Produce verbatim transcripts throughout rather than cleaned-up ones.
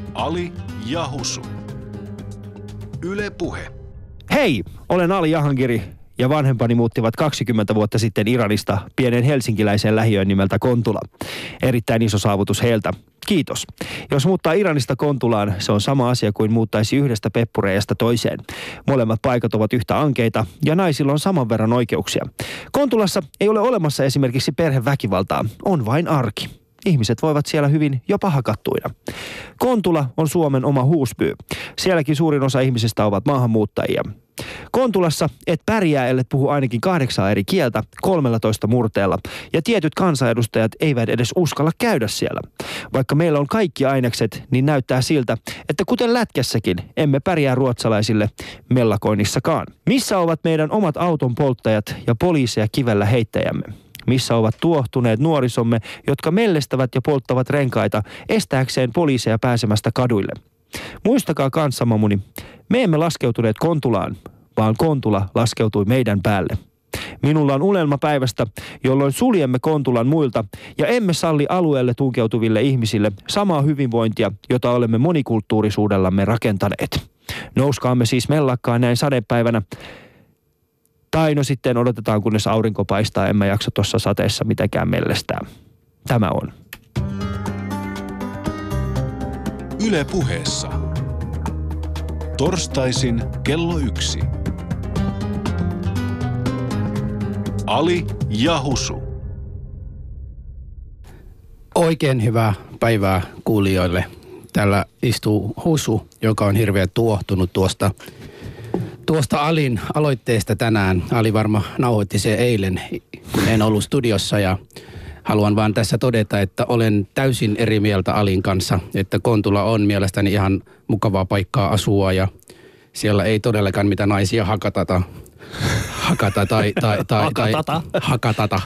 Ali ja Husu. Yle Puhe. Hei, olen Ali Jahangiri ja vanhempani muuttivat kaksikymmentä vuotta sitten Iranista pienen helsinkiläiseen lähiöön nimeltä Kontula. Erittäin iso saavutus heiltä. Kiitos. Jos muuttaa Iranista Kontulaan, se on sama asia kuin muuttaisi yhdestä peppureijasta toiseen. Molemmat paikat ovat yhtä ankeita ja naisilla on saman verran oikeuksia. Kontulassa ei ole olemassa esimerkiksi perheväkivaltaa, on vain arki. Ihmiset voivat siellä hyvin jopa hakattuina. Kontula on Suomen oma huuspyy. Sielläkin suurin osa ihmisistä ovat maahanmuuttajia. Kontulassa et pärjää, ellet puhu ainakin kahdeksaa eri kieltä kolmellatoista murteella, ja tietyt kansanedustajat eivät edes uskalla käydä siellä. Vaikka meillä on kaikki ainekset, niin näyttää siltä, että kuten lätkässäkin, emme pärjää ruotsalaisille mellakoinnissakaan. Missä ovat meidän omat auton polttajat ja poliiseja kivellä heittäjämme? Missä ovat tuohtuneet nuorisomme, jotka mellestävät ja polttavat renkaita estääkseen poliiseja pääsemästä kaduille? Muistakaa kanssamamuni, me emme laskeutuneet Kontulaan, vaan Kontula laskeutui meidän päälle. Minulla on unelma päivästä, jolloin suljemme Kontulan muilta ja emme salli alueelle tunkeutuville ihmisille samaa hyvinvointia, jota olemme monikulttuurisuudellamme rakentaneet. Nouskaamme siis mellakkaan näin sadepäivänä. Tai no sitten odotetaan, kunnes aurinko paistaa, emme jaksa tuossa sateessa mitenkään mellestää. Tämä on Yle Puheessa. Torstaisin kello yksi. Ali ja Husu. Oikein hyvää päivää kuulijoille. Täällä istuu Husu, joka on hirveän tuohtunut tuosta Tuosta Alin aloitteesta tänään. Ali varmaan nauhoitti se eilen, kun en ollut studiossa, ja haluan vaan tässä todeta, että olen täysin eri mieltä Alin kanssa, että Kontula on mielestäni ihan mukavaa paikkaa asua ja siellä ei todellakaan mitään naisia hakatata. Hakata tai, tai, tai, hakatata. tai hakatata.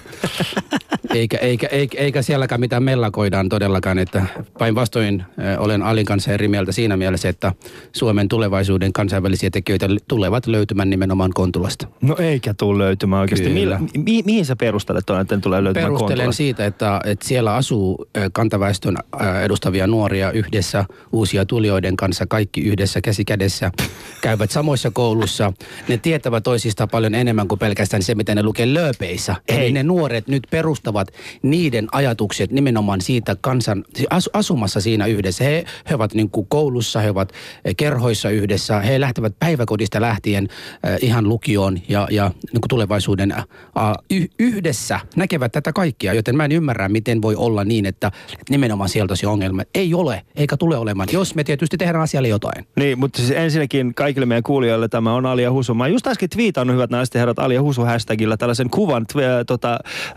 Eikä, eikä, eikä, eikä sielläkään mitään mellakoidaan todellakaan, että päinvastoin äh, olen Alin kanssa eri mieltä siinä mielessä, että Suomen tulevaisuuden kansainvälisiä tekijöitä tulevat löytymään nimenomaan Kontulasta. No eikä tule löytymään oikeasti. Millä, mi, mihin sä perustelet tuon, että tulee löytymään Kontulasta? Perustelen siitä, että, että siellä asuu äh, kantaväestön äh, edustavia nuoria yhdessä uusia tulijoiden kanssa, kaikki yhdessä käsi kädessä, käyvät samoissa koulussa. Ne tietävät toisista paljon enemmän kuin pelkästään se, mitä ne lukee lööpeissä. Eli ne nuoret nyt perustavat niiden ajatukset nimenomaan siitä kansan, as, asumassa siinä yhdessä. He, he ovat niin kuin koulussa, he ovat kerhoissa yhdessä, he lähtevät päiväkodista lähtien äh, ihan lukioon ja, ja niin kuin tulevaisuuden äh, y, yhdessä näkevät tätä kaikkia, joten mä en ymmärrä, miten voi olla niin, että nimenomaan sieltä se ongelma ei ole, eikä tule olemaan, jos me tietysti tehdään asialle jotain. Niin, mutta siis ensinnäkin kaikille meidän kuulijoille tämä on Ali ja Husu. Mä just äsken twiitannut, hyvät naiset ja herrat, Ali ja Husu hashtagilla tällaisen kuvan äh, tota,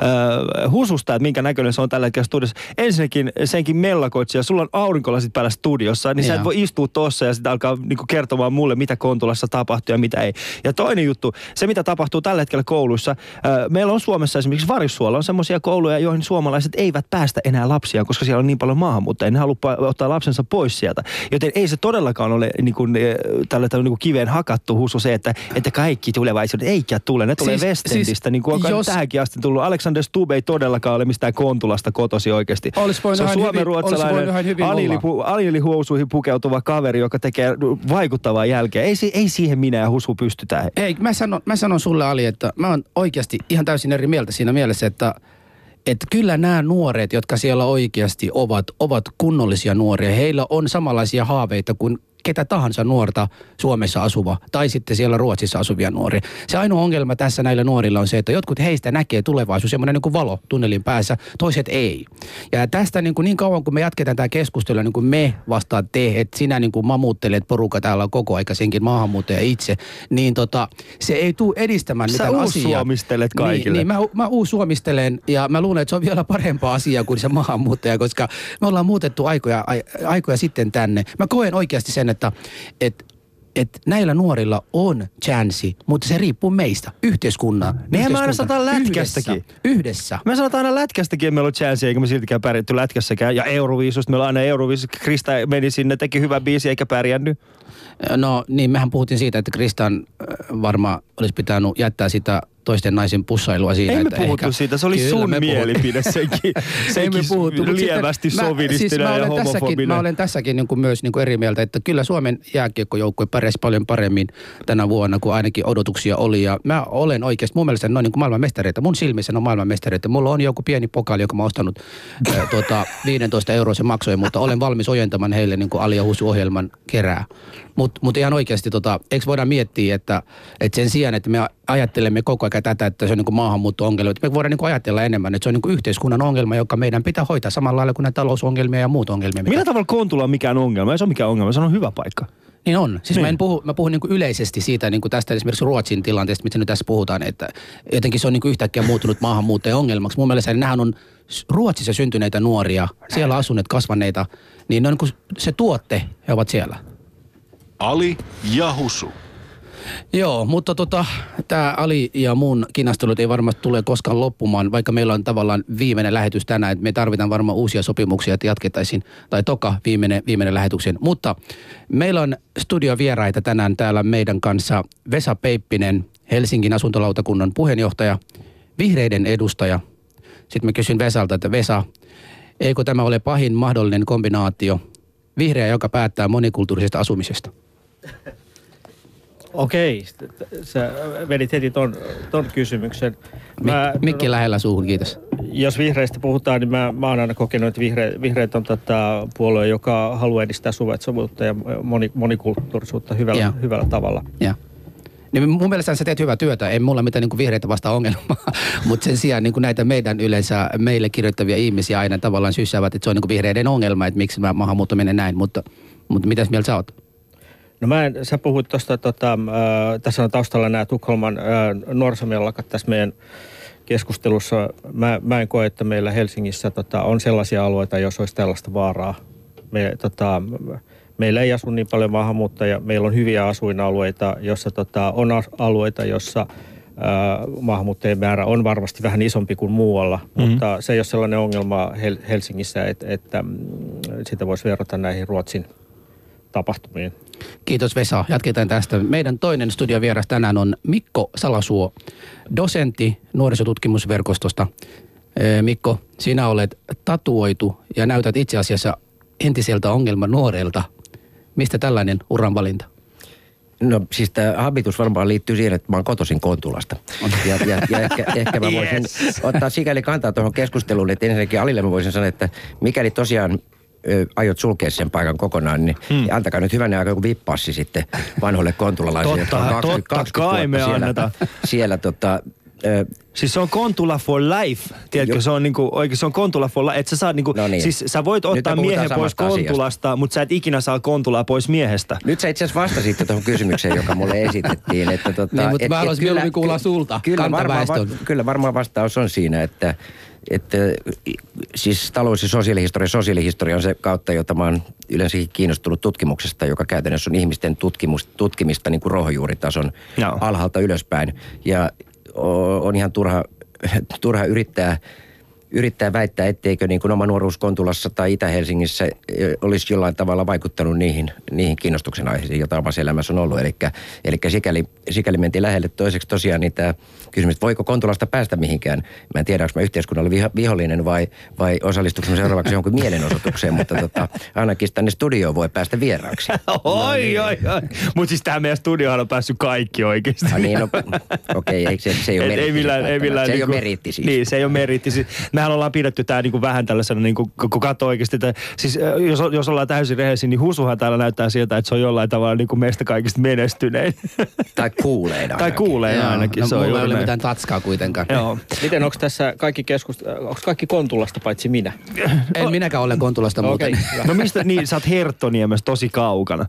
äh, Hususta, että minkä näköinen se on tällä hetkellä studiossa. Ensinnäkin senkin mellakoitsija, sulla on aurinkolasit päällä studiossa, niin ja. Sä et voi istua tossa ja sitten alkaa niinku kertomaan mulle, mitä Kontulassa tapahtuu ja mitä ei. Ja toinen juttu, se mitä tapahtuu tällä hetkellä kouluissa, äh, meillä on Suomessa esimerkiksi Varissuolla on semmoisia kouluja, joihin suomalaiset eivät päästä enää lapsia, koska siellä on niin paljon maahanmuuttajia, ne haluaa ottaa lapsensa pois sieltä. Joten ei se todellakaan ole niinku, tällä tavalla niinku kiveen hakattu Husu se, että, että kaikki tulevaisuudet eikä tule. Ne tulee siis, Westendistä, siis, niin kuin on jos... tähänkin asti tullut. Alexander Stubb ei todellakaan ole mistään Kontulasta kotosi oikeasti. Se on suomenruotsalainen anilihuusuihin pukeutuva kaveri, joka tekee vaikuttavaa jälkeä. Ei, ei siihen minä ja Husu pystytään. Ei, mä sanon, mä sanon sulle, Ali, että mä oon oikeasti ihan täysin eri mieltä siinä mielessä, että että kyllä nämä nuoret, jotka siellä oikeasti ovat, ovat kunnollisia nuoria. Heillä on samanlaisia haaveita kuin ketä tahansa nuorta Suomessa asuva tai sitten siellä Ruotsissa asuvia nuoria. Se ainoa ongelma tässä näillä nuorilla on se, että jotkut heistä näkee tulevaisuus semmoinen niin kuin valo tunnelin päässä, toiset ei. Ja tästä niin, kuin niin kauan, kun me jatketaan tämä keskustelu, niin kuin me vastaan te, että sinä niin kuin mamuuttelet porukka täällä koko aika senkin maahanmuuttaja itse, niin tota, se ei tule edistämään mitään asiaa. Sä uussuomistelet kaikille. Niin, niin mä, mä uussuomistelen ja mä luulen, että se on vielä parempaa asiaa kuin se maahanmuuttaja, koska me ollaan muutettu aikoja, aikoja sitten tänne. Mä koen oikeasti sen, että et, et näillä nuorilla on chanssi, mutta se riippuu meistä, yhteiskunnan. Mehän me aina sanotaan lätkästäkin. Yhdessä. Yhdessä. Me sanotaan aina lätkästäkin, että meillä on chanssi, eikä me siltikään pärjätty lätkässäkään. Ja Euroviisusta, meillä on aina Euroviisusta. Krista meni sinne, teki hyvän biisi eikä pärjännyt. No niin, mehän puhuttiin siitä, että Kristan varmaan olisi pitänyt jättää sitä toisten naisen pussailua siinä. Ei me että puhuttu ehkä, siitä, se oli kyllä sun me mielipide senkin. Senkin lievästi sovinistinen ja homofobinen. Mä olen tässäkin niin kuin myös niin kuin eri mieltä, että kyllä Suomen jääkiekkojoukkue pärjäsi paljon paremmin tänä vuonna, kuin ainakin odotuksia oli. Ja mä olen oikeasti, mun mielestä ne on niin kuin maailmanmestareita. Mun silmissä ne on maailmanmestareita. Mulla on joku pieni pokaali, joka mä oon ostanut äh, tuota, viisitoista euroa se maksoi, mutta olen valmis ojentamaan heille niin kuin Ali ja Husu-ohjelman kerää. Mutta mut ihan oikeasti, tota, eikö voidaan miettiä, että, että sen sijaan, että me ajattelemme koko ajan tätä, että se on niin kuin maahanmuutto-ongelma, että me voidaan niin kuin ajatella enemmän, että se on niin kuin yhteiskunnan ongelma, joka meidän pitää hoitaa samalla lailla kuin näitä talousongelmia ja muut ongelmia. Mitä... Millä tavalla Kontula on mikään ongelma? Ei se ole mikään ongelma, se on hyvä paikka. Niin on. Siis niin. mä en puhu, mä puhun niin kuin yleisesti siitä niin kuin tästä esimerkiksi Ruotsin tilanteesta, mitä nyt tässä puhutaan, että jotenkin se on niin kuin yhtäkkiä muuttunut maahanmuuttajan ongelmaksi. Mun mielestä nämähän on Ruotsissa syntyneitä nuoria, siellä asuneet, kasvaneita, niin ne on niin kuin se tuotte, he ovat siellä. Ali ja Husu. Joo, mutta tota, tämä Ali ja mun kinastelut ei varmasti tule koskaan loppumaan, vaikka meillä on tavallaan viimeinen lähetys tänään, että me tarvitaan varmaan uusia sopimuksia, että jatkettaisiin, tai toka viimeinen, viimeinen lähetyksen. Mutta meillä on studiovieraita tänään täällä meidän kanssa Vesa Peippinen, Helsingin asuntolautakunnan puheenjohtaja, vihreiden edustaja. Sitten mä kysyn Vesalta, että Vesa, eikö tämä ole pahin mahdollinen kombinaatio, vihreä, joka päättää monikulttuurisesta asumisesta? Okei, sä vedit heti ton, ton kysymyksen. Mä, Mik, mikki lähellä suuhun, kiitos. Jos vihreistä puhutaan, niin mä, mä oon aina kokenut, että vihre, vihreät on tätä puolue, joka haluaa edistää suvaitsevuutta ja moni, monikulttuurisuutta hyvällä, ja. hyvällä tavalla. Ja. Niin mun mielestä sä teet hyvää työtä. Ei mulla mitään niin kuin vihreitä vasta ongelmaa, mutta sen sijaan niin kuin näitä meidän yleensä meille kirjoittavia ihmisiä aina tavallaan syssäävät, että se on niin kuin vihreiden ongelma, että miksi maahanmuutto menee näin, mutta, mutta mitäs mieltä sä oot? No mä en, sä puhuit tuosta, tota, äh, tässä on taustalla nämä Tukholman äh, nuorisomellakat tässä meidän keskustelussa. Mä, mä en koe, että meillä Helsingissä tota, on sellaisia alueita, jos olisi tällaista vaaraa. Me, tota, meillä ei asu niin paljon maahanmuuttajia. Meillä on hyviä asuinalueita, jossa tota, on alueita, jossa äh, maahanmuuttajien määrä on varmasti vähän isompi kuin muualla. Mm-hmm. Mutta se ei ole sellainen ongelma Hel- Helsingissä, että, että sitä voisi verrata näihin Ruotsin tapahtumiin. Kiitos Vesa. Jatketaan tästä. Meidän toinen studiovieras tänään on Mikko Salasuo, dosentti nuorisotutkimusverkostosta. Mikko, sinä olet tatuoitu ja näytät itse asiassa entiseltä ongelman nuorelta. Mistä tällainen uranvalinta? No siis tämä habitus varmaan liittyy siihen, että mä oon kotoisin Kontulasta. Ja, ja, ja ehkä, ehkä mä voisin yes. ottaa sikäli kantaa tuohon keskusteluun, että ensinnäkin Alille mä voisin sanoa, että mikäli tosiaan ö, aiot sulkea sen paikan kokonaan, niin hmm. antakaa nyt hyvänä aika joku vippassi sitten vanhoille kontulalaisille, jotka on kaksikymmentä, kaksikymmentä vuotta siellä, siellä tota, ö, siis se on Kontula for life, tiedätkö, jo. se on niinku, oikein se on Kontula for life, että sä saat niinku, no niin. siis sä voit ottaa miehen pois Kontulasta, asiasta. Mutta sä et ikinä saa Kontulaa pois miehestä. Nyt sä itse asiassa vastasit tuohon kysymykseen, joka mulle esitettiin, että tota... Niin, mutta mä haluaisin mieluummin kuulla sulta, kyllä varmaan, kyllä varmaan vastaus on siinä, että että siis talous- ja sosiaalihistoria, sosiaalihistoria on se kautta, jota mä oon yleensäkin kiinnostunut tutkimuksesta, joka käytännössä on ihmisten tutkimus, tutkimista niin kuin ruohonjuuritason Joo. alhaalta ylöspäin. Ja on ihan turha, turha yrittää, yrittää väittää, etteikö niin kuin oma nuoruus Kontulassa tai Itä-Helsingissä olisi jollain tavalla vaikuttanut niihin, niihin kiinnostuksen aiheisiin, joita omassa elämässä on ollut. Eli, eli sikäli, sikäli mentiin lähelle. Toiseksi tosiaan niin tämä kysymys, että voiko Kontulasta päästä mihinkään. Mä en tiedä, onko mä yhteiskunnalle viho, vihollinen vai, vai osallistuksi seuraavaksi johonkin mielenosoitukseen, mutta tota, ainakin tänne studioon voi päästä vieraaksi. Oi, no, niin. oi, oi. Mutta siis tähän meidän studioon on päässyt kaikki oikeasti. Ah, niin, no, okei, okay, se, se ei ole meritti. Ei millään, ei millään, se niin ei kuin, ole meritti siis. Niin, se ei ole meritti. Siis, mehän ollaan pidetty tämä niin kuin vähän tällaisena, niin kuin, kun katsoo oikeasti, että siis jos, jos ollaan täysin rehellisiä, niin Husuhan täällä näyttää siltä, että se on jollain tavalla niin kuin meistä kaikista menestynein. Tai kuulein ainakin. Tai kuulein ainakin. No, se on mulla ei ole näin. mitään tatskaa kuitenkaan. Joo. Miten, onko tässä kaikki keskust... onko kaikki Kontulasta paitsi minä? En minäkään ole Kontulasta muuten. Okay. No mistä, niin sä oot Herttoniemestä tosi kaukana.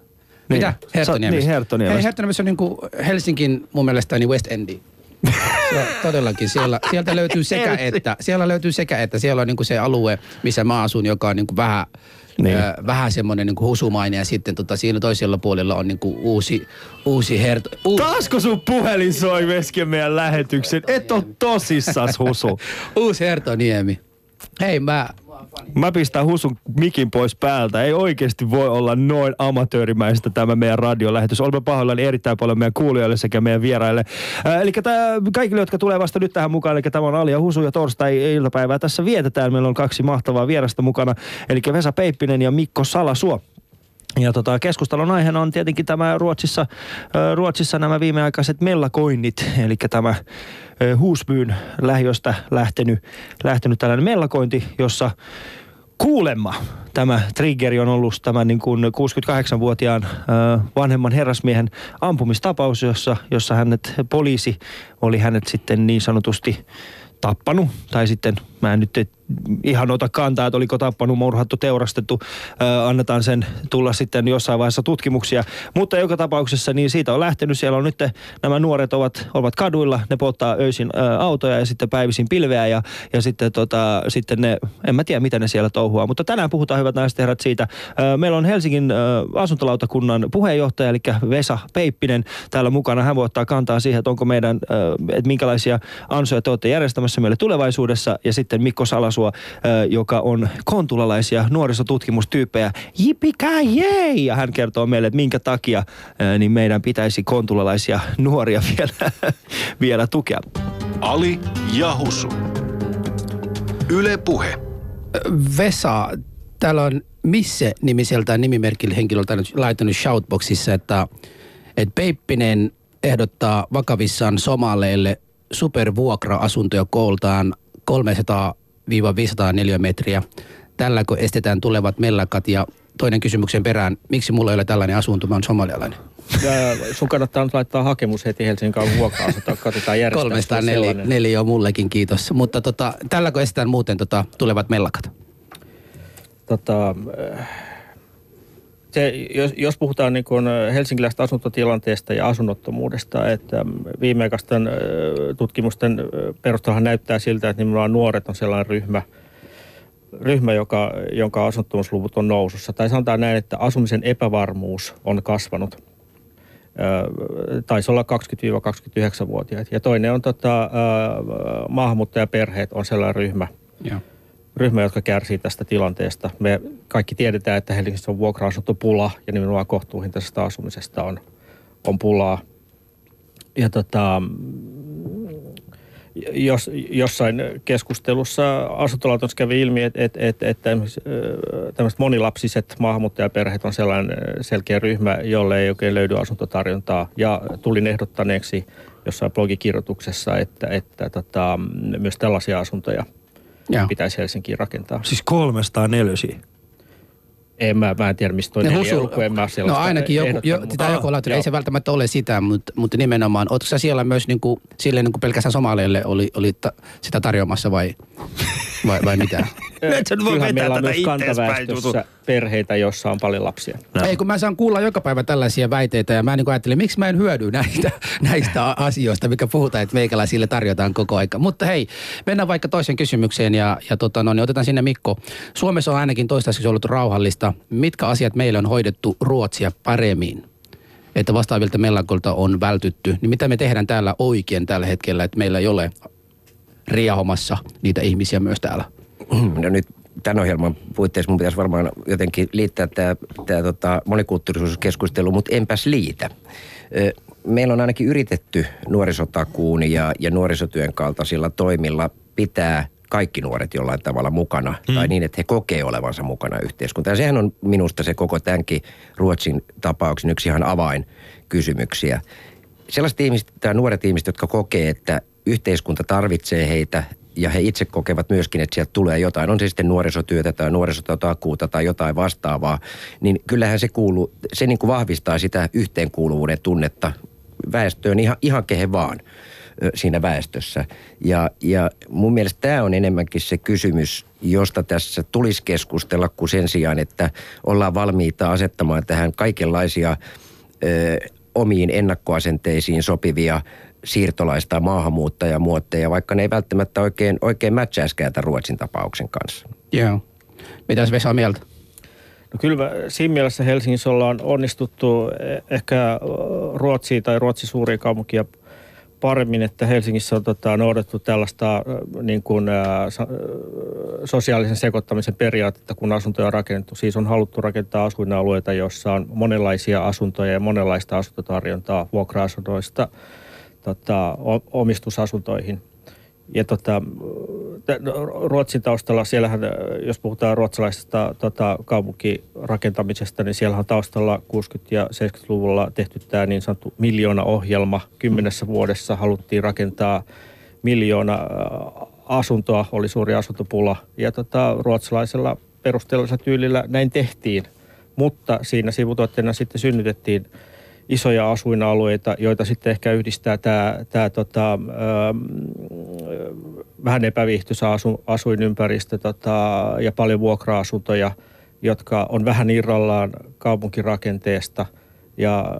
Mitä? Niin. Herttoniemessä? Niin, Herttoniemessä. Hei, Herttoniemessä on niin kuin Helsingin mun mielestä niin West Endi. Se on todellakin. Siellä, sieltä löytyy sekä että. Siellä löytyy sekä että. Siellä on niin kuin se alue, missä mä asun, joka on niin kuin vähän... Niin. Äh, vähän semmoinen niin kuin husumainen ja sitten tota, siinä toisella puolella on niin kuin uusi, uusi herto... U- Taasko sun puhelin soi vesken meidän lähetyksen? Et oo tosissas, Husu. Uusi Herttoniemi. Hei, mä... Mä pistän Husun mikin pois päältä. Ei oikeasti voi olla noin amatöörimäistä tämä meidän radiolähetys. Olemme pahoillani erittäin paljon meidän kuulijoille sekä meidän vieraille. Äh, eli kaikille, jotka tulee vasta nyt tähän mukaan, eli tämä on Ali ja Husu ja torstai-iltapäivää tässä vietetään. Meillä on kaksi mahtavaa vierasta mukana, eli Vesa Peippinen ja Mikko Salasuo. Ja tota, keskustelun aiheena on tietenkin tämä Ruotsissa, Ruotsissa nämä viimeaikaiset mellakoinnit, eli tämä Husbyn lähiöstä lähtenyt, lähtenyt tällainen mellakointi, jossa kuulemma tämä triggeri on ollut tämän niin kuin kuusikymmentäkahdeksanvuotiaan vanhemman herrasmiehen ampumistapaus, jossa, jossa hänet, poliisi oli hänet sitten niin sanotusti tappanut, tai sitten mä en nyt ihan ota kantaa, että oliko tappanut, murhattu, teurastettu, äh, annetaan sen tulla sitten jossain vaiheessa tutkimuksia. Mutta joka tapauksessa niin siitä on lähtenyt, siellä on nyt nämä nuoret ovat, ovat kaduilla, ne polttaa öisin äh, autoja ja sitten päivisin pilveä ja, ja sitten, tota, sitten ne, en mä tiedä mitä ne siellä touhuaa, mutta tänään puhutaan hyvät naiset herrat siitä. Äh, meillä on Helsingin äh, asuntolautakunnan puheenjohtaja, eli Vesa Peippinen täällä mukana. Hän voi ottaa kantaa siihen, että onko meidän, äh, että minkälaisia ansoja te olette järjestämässä meille tulevaisuudessa, ja sitten Mikko Salasua, joka on kontulalaisia nuorisotutkimustyyppejä. Jipikää jei! Ja hän kertoo meille, että minkä takia niin meidän pitäisi kontulalaisia nuoria vielä, vielä tukea. Ali ja Husu. Yle Puhe. Vesa, täällä on Misse-nimiseltä nimimerkillä henkilöltä nyt laittanut shoutboxissa, että, että Peippinen ehdottaa vakavissaan somaleille supervuokra-asuntoja kooltaan kolmesataa viisikymmentä neliömetriä. Tälläkö estetään tulevat mellakat? Ja toinen kysymyksen perään, miksi mulla ei ole tällainen asunto, mä oon somalialainen? Ja sun kannattaa nyt laittaa hakemus heti Helsingin kaupungin vuokra-asuntoa, katsotaan järjestää. kolmesataaneljä on mullekin, kiitos. Mutta tota, tälläkö estetään muuten tota, tulevat mellakat? Tota, se, jos, jos puhutaan niin kuin helsinkiläisestä asuntotilanteesta ja asunnottomuudesta, että viimeaikaisten tutkimusten perusteella näyttää siltä, että nimenomaan nuoret on sellainen ryhmä, ryhmä joka, jonka asunnottomuusluvut on nousussa. Tai sanotaan näin, että asumisen epävarmuus on kasvanut. Taisi olla kaksikymmentä-kaksikymmentäyhdeksänvuotiaat. Ja toinen on tota, maahanmuuttajaperheet on sellainen ryhmä. Ja. ryhmä, jotka kärsii tästä tilanteesta. Me kaikki tiedetään, että Helsingissä on vuokra-asuntopula ja nimenomaan kohtuuhintaisesta asumisesta on, on pulaa. Ja tota, jos, jossain keskustelussa asuntolaitossa kävi ilmi, että et, et, et tämmöiset monilapsiset maahanmuuttajaperheet on sellainen selkeä ryhmä, jolle ei oikein löydy asuntotarjontaa. Ja tulin ehdottaneeksi jossain blogikirjoituksessa, että, että tota, myös tällaisia asuntoja ja pitäisi Helsinkiin rakentaa. Siis kolmesataaneljä. En mä, mä en tiedä, mistä toi neljä husul... luku, en mä sellaista. No ainakin joku, jo, sitä joku laittanut, ei se välttämättä ole sitä, mutta, mutta nimenomaan, ootko sä siellä myös niin kuin, silleen niin kuin pelkästään somaleille oli, oli ta, sitä tarjoamassa vai, vai, vai mitä? Kyllähän meillä on myös kantaväestössä perheitä, joissa on paljon lapsia. No. Ei, kun mä saan kuulla joka päivä tällaisia väiteitä ja mä niin kuin ajattelin, miksi mä en hyödy näistä, näistä asioista, mikä puhutaan, että meikäläisille tarjotaan koko aika. Mutta hei, mennään vaikka toiseen kysymykseen ja, ja tota, no, niin otetaan sinne Mikko. Suomessa on ainakin toistaiseksi ollut rauhallista. Mitkä asiat meillä on hoidettu Ruotsia paremmin? Että vastaavilta mellakolta on vältytty. Niin mitä me tehdään täällä oikein tällä hetkellä, että meillä ei ole riahomassa niitä ihmisiä myös täällä? No nyt tämän ohjelman puitteissa mun pitäisi varmaan jotenkin liittää tämä, tämä tota, monikulttuurisuuskeskustelu, mutta enpäs liitä. Meillä on ainakin yritetty nuorisotakuun ja, ja nuorisotyön kaltaisilla toimilla pitää kaikki nuoret jollain tavalla mukana, hmm. tai niin, että he kokee olevansa mukana yhteiskuntaa. Ja sehän on minusta se koko tämänkin Ruotsin tapauksen yksi ihan avainkysymyksiä. Sellaiset ihmiset, tai nuoret ihmiset, jotka kokee, että yhteiskunta tarvitsee heitä, ja he itse kokevat myöskin, että sieltä tulee jotain, on se sitten nuorisotyötä tai nuorisotakuuta tai jotain vastaavaa, niin kyllähän se kuuluu, se niin kuin vahvistaa sitä yhteenkuuluvuuden tunnetta väestöön ihan, ihan kehen vaan siinä väestössä. Ja, ja mun mielestä tämä on enemmänkin se kysymys, josta tässä tulisi keskustella, kuin sen sijaan, että ollaan valmiita asettamaan tähän kaikenlaisia ö, omiin ennakkoasenteisiin sopivia siirtolaista maahanmuuttajamuotteja, vaikka ne ei välttämättä oikein, oikein mätsääskään tämän Ruotsin tapauksen kanssa. Joo. Mitäs Vesa mieltä? No kyllä siinä mielessä Helsingissä ollaan onnistuttu ehkä Ruotsia tai Ruotsin suuria kaupunkia paremmin, että Helsingissä on tota, noudattu tällaista niin kuin, ää, sosiaalisen sekoittamisen periaatetta, kun asuntoja on rakennettu. Siis on haluttu rakentaa asuinalueita, joissa on monenlaisia asuntoja ja monenlaista asuntotarjontaa vuokra-asuntoista tota, omistusasuntoihin. Ja tota, Ruotsin taustalla, siellähän, jos puhutaan ruotsalaisesta tota, kaupunkirakentamisesta, niin siellä on taustalla kuusikymmentä- ja seitsemänkymmentäluvulla tehty tämä niin sanottu miljoona-ohjelma. Kymmenessä vuodessa haluttiin rakentaa miljoona asuntoa, oli suuri asuntopula. Ja tota, ruotsalaisella perusteellisella tyylillä näin tehtiin, mutta siinä sivutuotteena sitten synnytettiin isoja asuinalueita, joita sitten ehkä yhdistää tämä, tämä tota, ö, vähän epäviihtyisä asu, asuinympäristö tota, ja paljon vuokra-asuntoja, jotka on vähän irrallaan kaupunkirakenteesta. Ja,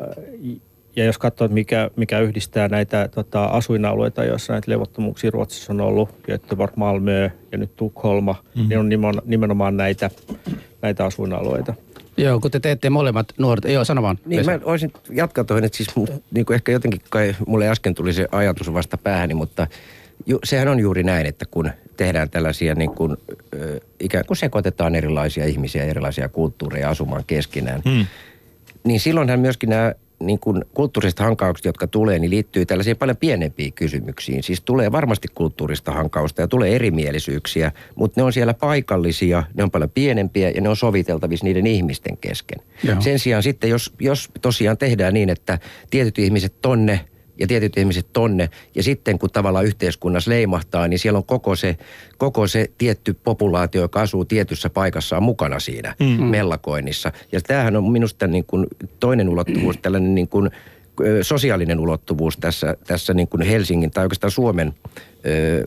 ja jos katsoo, mikä, mikä yhdistää näitä tota, asuinalueita, joissa näitä levottomuuksia Ruotsissa on ollut, Göteborg, Malmö ja nyt Tukholma, mm-hmm. niin on nimenomaan näitä, näitä asuinalueita. Joo, kun te teette molemmat nuoret. Joo, sano vaan. Niin, mä olisin jatkaa tuohon, että siis niin kuin ehkä jotenkin kai mulle äsken tuli se ajatus vasta päähäni, mutta ju, sehän on juuri näin, että kun tehdään tällaisia niin kuin, ö, ikään kuin sekoitetaan erilaisia ihmisiä ja erilaisia kulttuureja asumaan keskenään, hmm. niin silloinhan myöskin nämä niin kuin kulttuuriset hankaukset, jotka tulee, niin liittyy tällaisiin paljon pienempiin kysymyksiin. Siis tulee varmasti kulttuurista hankausta ja tulee erimielisyyksiä, mutta ne on siellä paikallisia, ne on paljon pienempiä ja ne on soviteltavissa niiden ihmisten kesken. Joo. Sen sijaan sitten, jos, jos tosiaan tehdään niin, että tietyt ihmiset tonne ja tietyt ihmiset tonne, ja sitten kun tavallaan yhteiskunnassa leimahtaa, niin siellä on koko se, koko se tietty populaatio, joka asuu tietyssä paikassa, on mukana siinä mm-hmm. mellakoinnissa. Ja tämähän on minusta niin kuin toinen ulottuvuus, tällainen niin kuin sosiaalinen ulottuvuus tässä, tässä niin kuin Helsingin tai oikeastaan Suomen ö,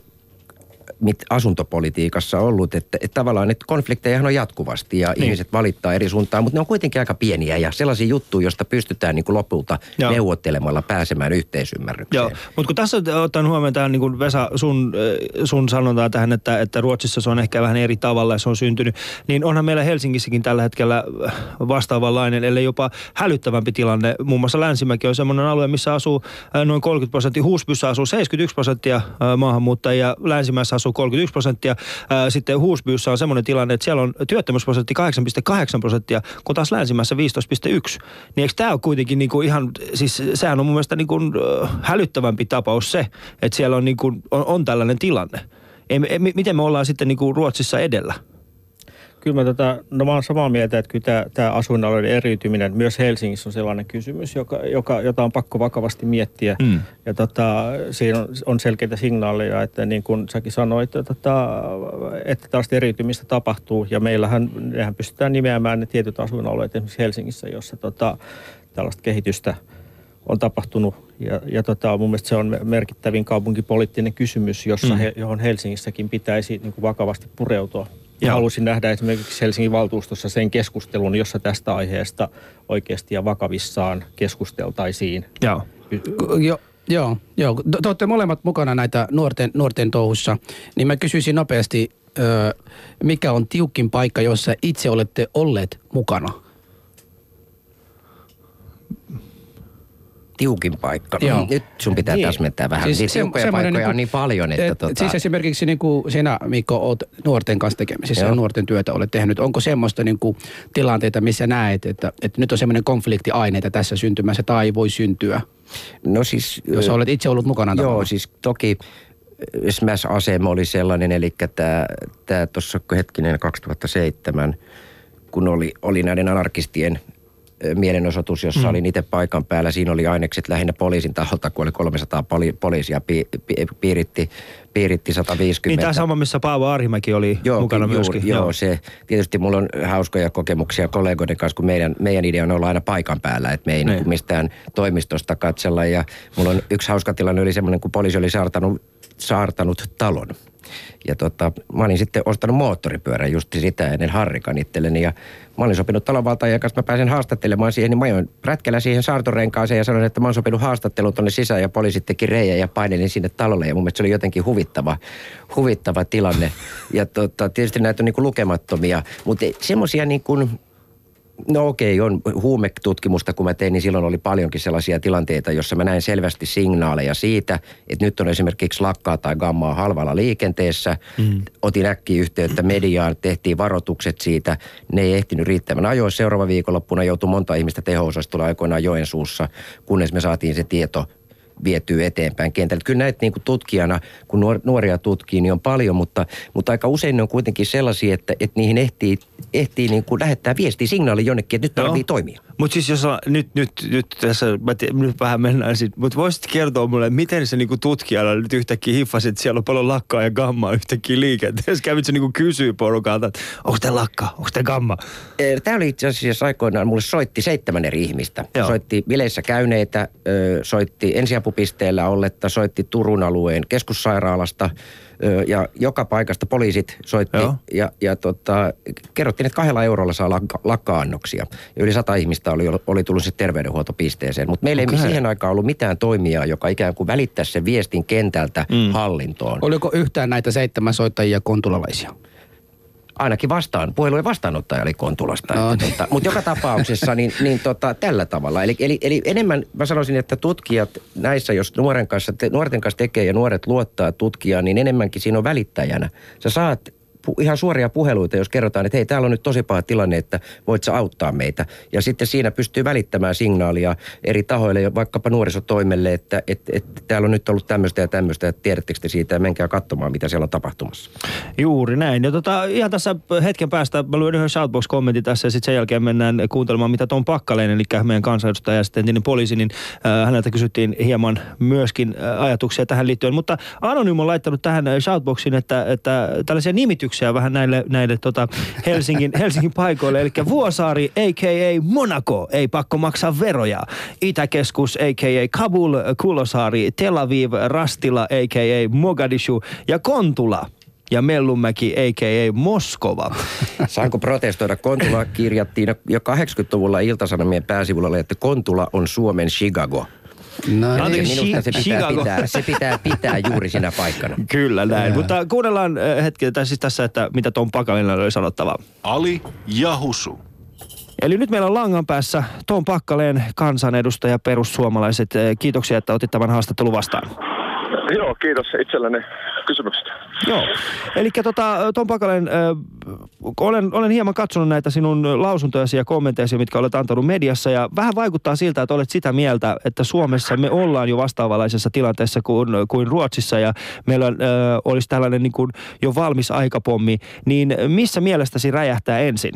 mit asuntopolitiikassa ollut, että, että tavallaan että konfliktejahan on jatkuvasti ja niin. ihmiset valittaa eri suuntaan, mutta ne on kuitenkin aika pieniä ja sellaisia juttuja, joista pystytään niin kuin lopulta Joo. neuvottelemalla pääsemään yhteisymmärrykseen. Joo, mutta kun tässä otan huomioon tähän, niin kuin Vesa, sun, sun sanotaan tähän, että, että Ruotsissa se on ehkä vähän eri tavalla ja se on syntynyt, niin onhan meillä Helsingissäkin tällä hetkellä vastaavanlainen, ellei jopa hälyttävämpi tilanne. Muun muassa Länsimäki on semmoinen alue, missä asuu noin kolmekymmentä prosenttia, Husbyssä asuu seitsemänkymmentäyksi prosenttia maahanmuuttajia, Länsimäessä asuu kolmekymmentäyksi prosenttia. Sitten Husbyssä on semmoinen tilanne, että siellä on työttömyysprosentti kahdeksan pilkku kahdeksan prosenttia, kun taas Länsimäessä viisitoista pilkku yksi. Niin eikö tämä ole kuitenkin niinku ihan, siis sehän on mun mielestä niinku hälyttävämpi tapaus se, että siellä on, niinku, on, on tällainen tilanne. Ei, ei, miten me ollaan sitten niinku Ruotsissa edellä? Kyllä mä, tota, no mä oon samaa mieltä, että kyllä tämä, tämä asuinalueiden eriytyminen myös Helsingissä on sellainen kysymys, joka, joka, jota on pakko vakavasti miettiä. Mm. Ja tota, siinä on, on selkeitä signaaleja, että niin kuin säkin sanoit, että, tota, että tällaista eriytymistä tapahtuu. Ja meillähän mehän pystytään nimeämään ne tietyt asuinalueet esimerkiksi Helsingissä, jossa tota, tällaista kehitystä on tapahtunut. Ja, ja tota, mun mielestä se on merkittävin kaupunkipoliittinen kysymys, jossa mm. he, johon Helsingissäkin pitäisi niin kuin vakavasti pureutua. Ja halusin nähdä esimerkiksi Helsingin valtuustossa sen keskustelun, jossa tästä aiheesta oikeasti ja vakavissaan keskusteltaisiin. Joo. Jo, joo, joo. Te olette molemmat mukana näitä nuorten, nuorten touhussa, niin mä kysyisin nopeasti, mikä on tiukin paikka, jossa itse olette olleet mukana? Tiukin paikka. Joo. Nyt sun pitää niin. täsmentää vähän. Siis se, tiukkoja paikkoja niin kuin, on niin paljon, että... Et, tota... Siis esimerkiksi niin kuin sinä, Mikko, olet nuorten kanssa tekemisissä Joo. ja nuorten työtä olet tehnyt. Onko semmoista niin kuin tilanteita, missä näet, että, että nyt on semmoinen konfliktiaineita tässä syntymässä tai voi syntyä? No siis... Jos olet itse ollut mukana Joo, tavallaan. Siis toki S M S-asema oli sellainen, eli tämä, tämä tuossa hetkinen kaksituhattaseitsemän, kun oli, oli näiden anarkistien mielenosoitus, jossa mm. olin itse paikan päällä. Siinä oli ainekset lähinnä poliisin taholta, kun oli kolmesataa poli- poliisia pi- pi- piiritti, piiritti sata viisikymmentä. Niin tämä sama, missä Paavo Arhimäki oli joo, mukana juuri, myöskin. Joo, joo, se. Tietysti mulla on hauskoja kokemuksia kollegoiden kanssa, kun meidän, meidän idea on olla aina paikan päällä, että me ei niin mistään toimistosta katsella. Ja mulla on yksi hauska tilanne, oli semmoinen, kun poliisi oli saartanut, saartanut talon. Ja tota, mä olin sitten ostanut moottoripyörän just sitä ennen Harrikan itselleni ja mä olin sopinut talonvaltajan kanssa, mä pääsen haastattelemaan siihen, niin mä ajoin prätkällä siihen saartorenkaaseen ja sanoin, että mä oon sopinut haastattelun tonne sisään ja poliisi teki reijä ja painelin sinne talolle ja mun mielestä se oli jotenkin huvittava, huvittava tilanne. Ja tota, tietysti näitä on niin kuin lukemattomia, mutta semmoisia niin kuin No okei, on huumetutkimusta, kun mä tein, niin silloin oli paljonkin sellaisia tilanteita, jossa mä näin selvästi signaaleja siitä, että nyt on esimerkiksi lakkaa tai gammaa halvalla liikenteessä. Mm. Otin äkkiä yhteyttä mediaan, tehtiin varoitukset siitä. Ne ei ehtinyt riittävän ajoissa. Seuraava viikonloppuna joutui monta ihmistä teho-osastolla aikoinaan Joensuussa, kunnes me saatiin se tieto vietyy eteenpäin kentälle. Kyllä näitä niin kuin tutkijana, kun nuoria tutkii, niin on paljon, mutta, mutta aika usein ne on kuitenkin sellaisia, että, että niihin ehtii, ehtii niin kuin lähettää viestiä, signaali jonnekin, että nyt tarvitsee toimia. Mutta siis jos on, nyt, nyt, nyt tässä, mä tiedän, nyt vähän mennään siitä, mutta voisit kertoa mulle, miten se niinku tutkijalla nyt yhtäkkiä hiffasi, että siellä on paljon lakkaa ja gammaa yhtäkkiä liikenteessä. Kävit se niinku kysyy porukalta, että onko te lakkaa, onko te gamma? Tämä oli itse asiassa aikoinaan, mulle soitti seitsemän eri ihmistä. Joo. Soitti bileissä käyneitä, soitti ensiapupisteellä olletta, soitti Turun alueen keskussairaalasta ja joka paikasta poliisit soitti. Joo. ja, ja tota, kerrottiin, että kahdella eurolla saa lakka, lakka-annoksia. Ja yli sata ihmistä oli, oli tullut sitten terveydenhuoltopisteeseen. Mutta meillä okay. ei siihen aikaan ollut mitään toimijaa, joka ikään kuin välittäisi sen viestin kentältä mm. hallintoon. Oliko yhtään näitä seitsemän soittajia kontulalaisia? Ainakin vastaan, puhelujen vastaanottaja oli Kontulasta. No, tota, mutta joka tapauksessa niin, niin tota, tällä tavalla. Eli, eli, eli enemmän mä sanoisin, että tutkijat näissä, jos nuoren kanssa, te, nuorten kanssa tekee ja nuoret luottaa tutkijaan, niin enemmänkin siinä on välittäjänä. Sä saat ihan suoria puheluita, jos kerrotaan, että hei, täällä on nyt tosi paha tilanne, että voit sä auttaa meitä. Ja sitten siinä pystyy välittämään signaalia eri tahoille, vaikkapa nuorisotoimelle, että et, et, täällä on nyt ollut tämmöistä ja tämmöistä, että tiedättekö te siitä ja menkää katsomaan, mitä siellä on tapahtumassa. Juuri näin. Ja tota, ihan tässä hetken päästä, mä luen yhden Shoutbox-kommentin tässä ja sitten sen jälkeen mennään kuuntelemaan, mitä Tom Packalén, eli meidän kansanedustaja ja sitten entinen poliisi, niin äh, häneltä kysyttiin hieman myöskin äh, ajatuksia tähän liittyen. Mutta Anonym on laittanut tähän Shoutboxiin, että, että tällaisia nimityksiä vähän näille, näille tota Helsingin, Helsingin paikoille. Eli Vuosaari, a k a. Monaco, ei pakko maksaa veroja. Itäkeskus, a k a. Kabul, Kulosaari, Tel Aviv, Rastila, a k a. Mogadishu ja Kontula. Ja Mellunmäki, a k a. Moskova. Saanko protestoida? Kontula kirjattiin jo kahdeksankymmentäluvulla Ilta-Sanomien pääsivulla, että Kontula on Suomen Chicago. No, no, minusta se pitää, pitää, se pitää pitää juuri siinä paikkana. Kyllä näin, ja. Mutta kuunnellaan hetki siis tässä, että mitä Tom Packalénilla oli sanottavaa. Ali ja Husu. Eli nyt meillä on langan päässä Tom Packalén, kansanedustaja, perussuomalaiset. Kiitoksia, että otit tämän haastattelun vastaan. Joo, kiitos itsellenne kysymyksestä. Joo, eli tota, Tom Packalén, äh, olen, olen hieman katsonut näitä sinun lausuntojasi ja kommentteisi, mitkä olet antanut mediassa, ja vähän vaikuttaa siltä, että olet sitä mieltä, että Suomessa me ollaan jo vastaavanlaisessa tilanteessa kuin, kuin Ruotsissa, ja meillä äh, olisi tällainen niin kuin jo valmis aikapommi, niin missä mielestäsi räjähtää ensin?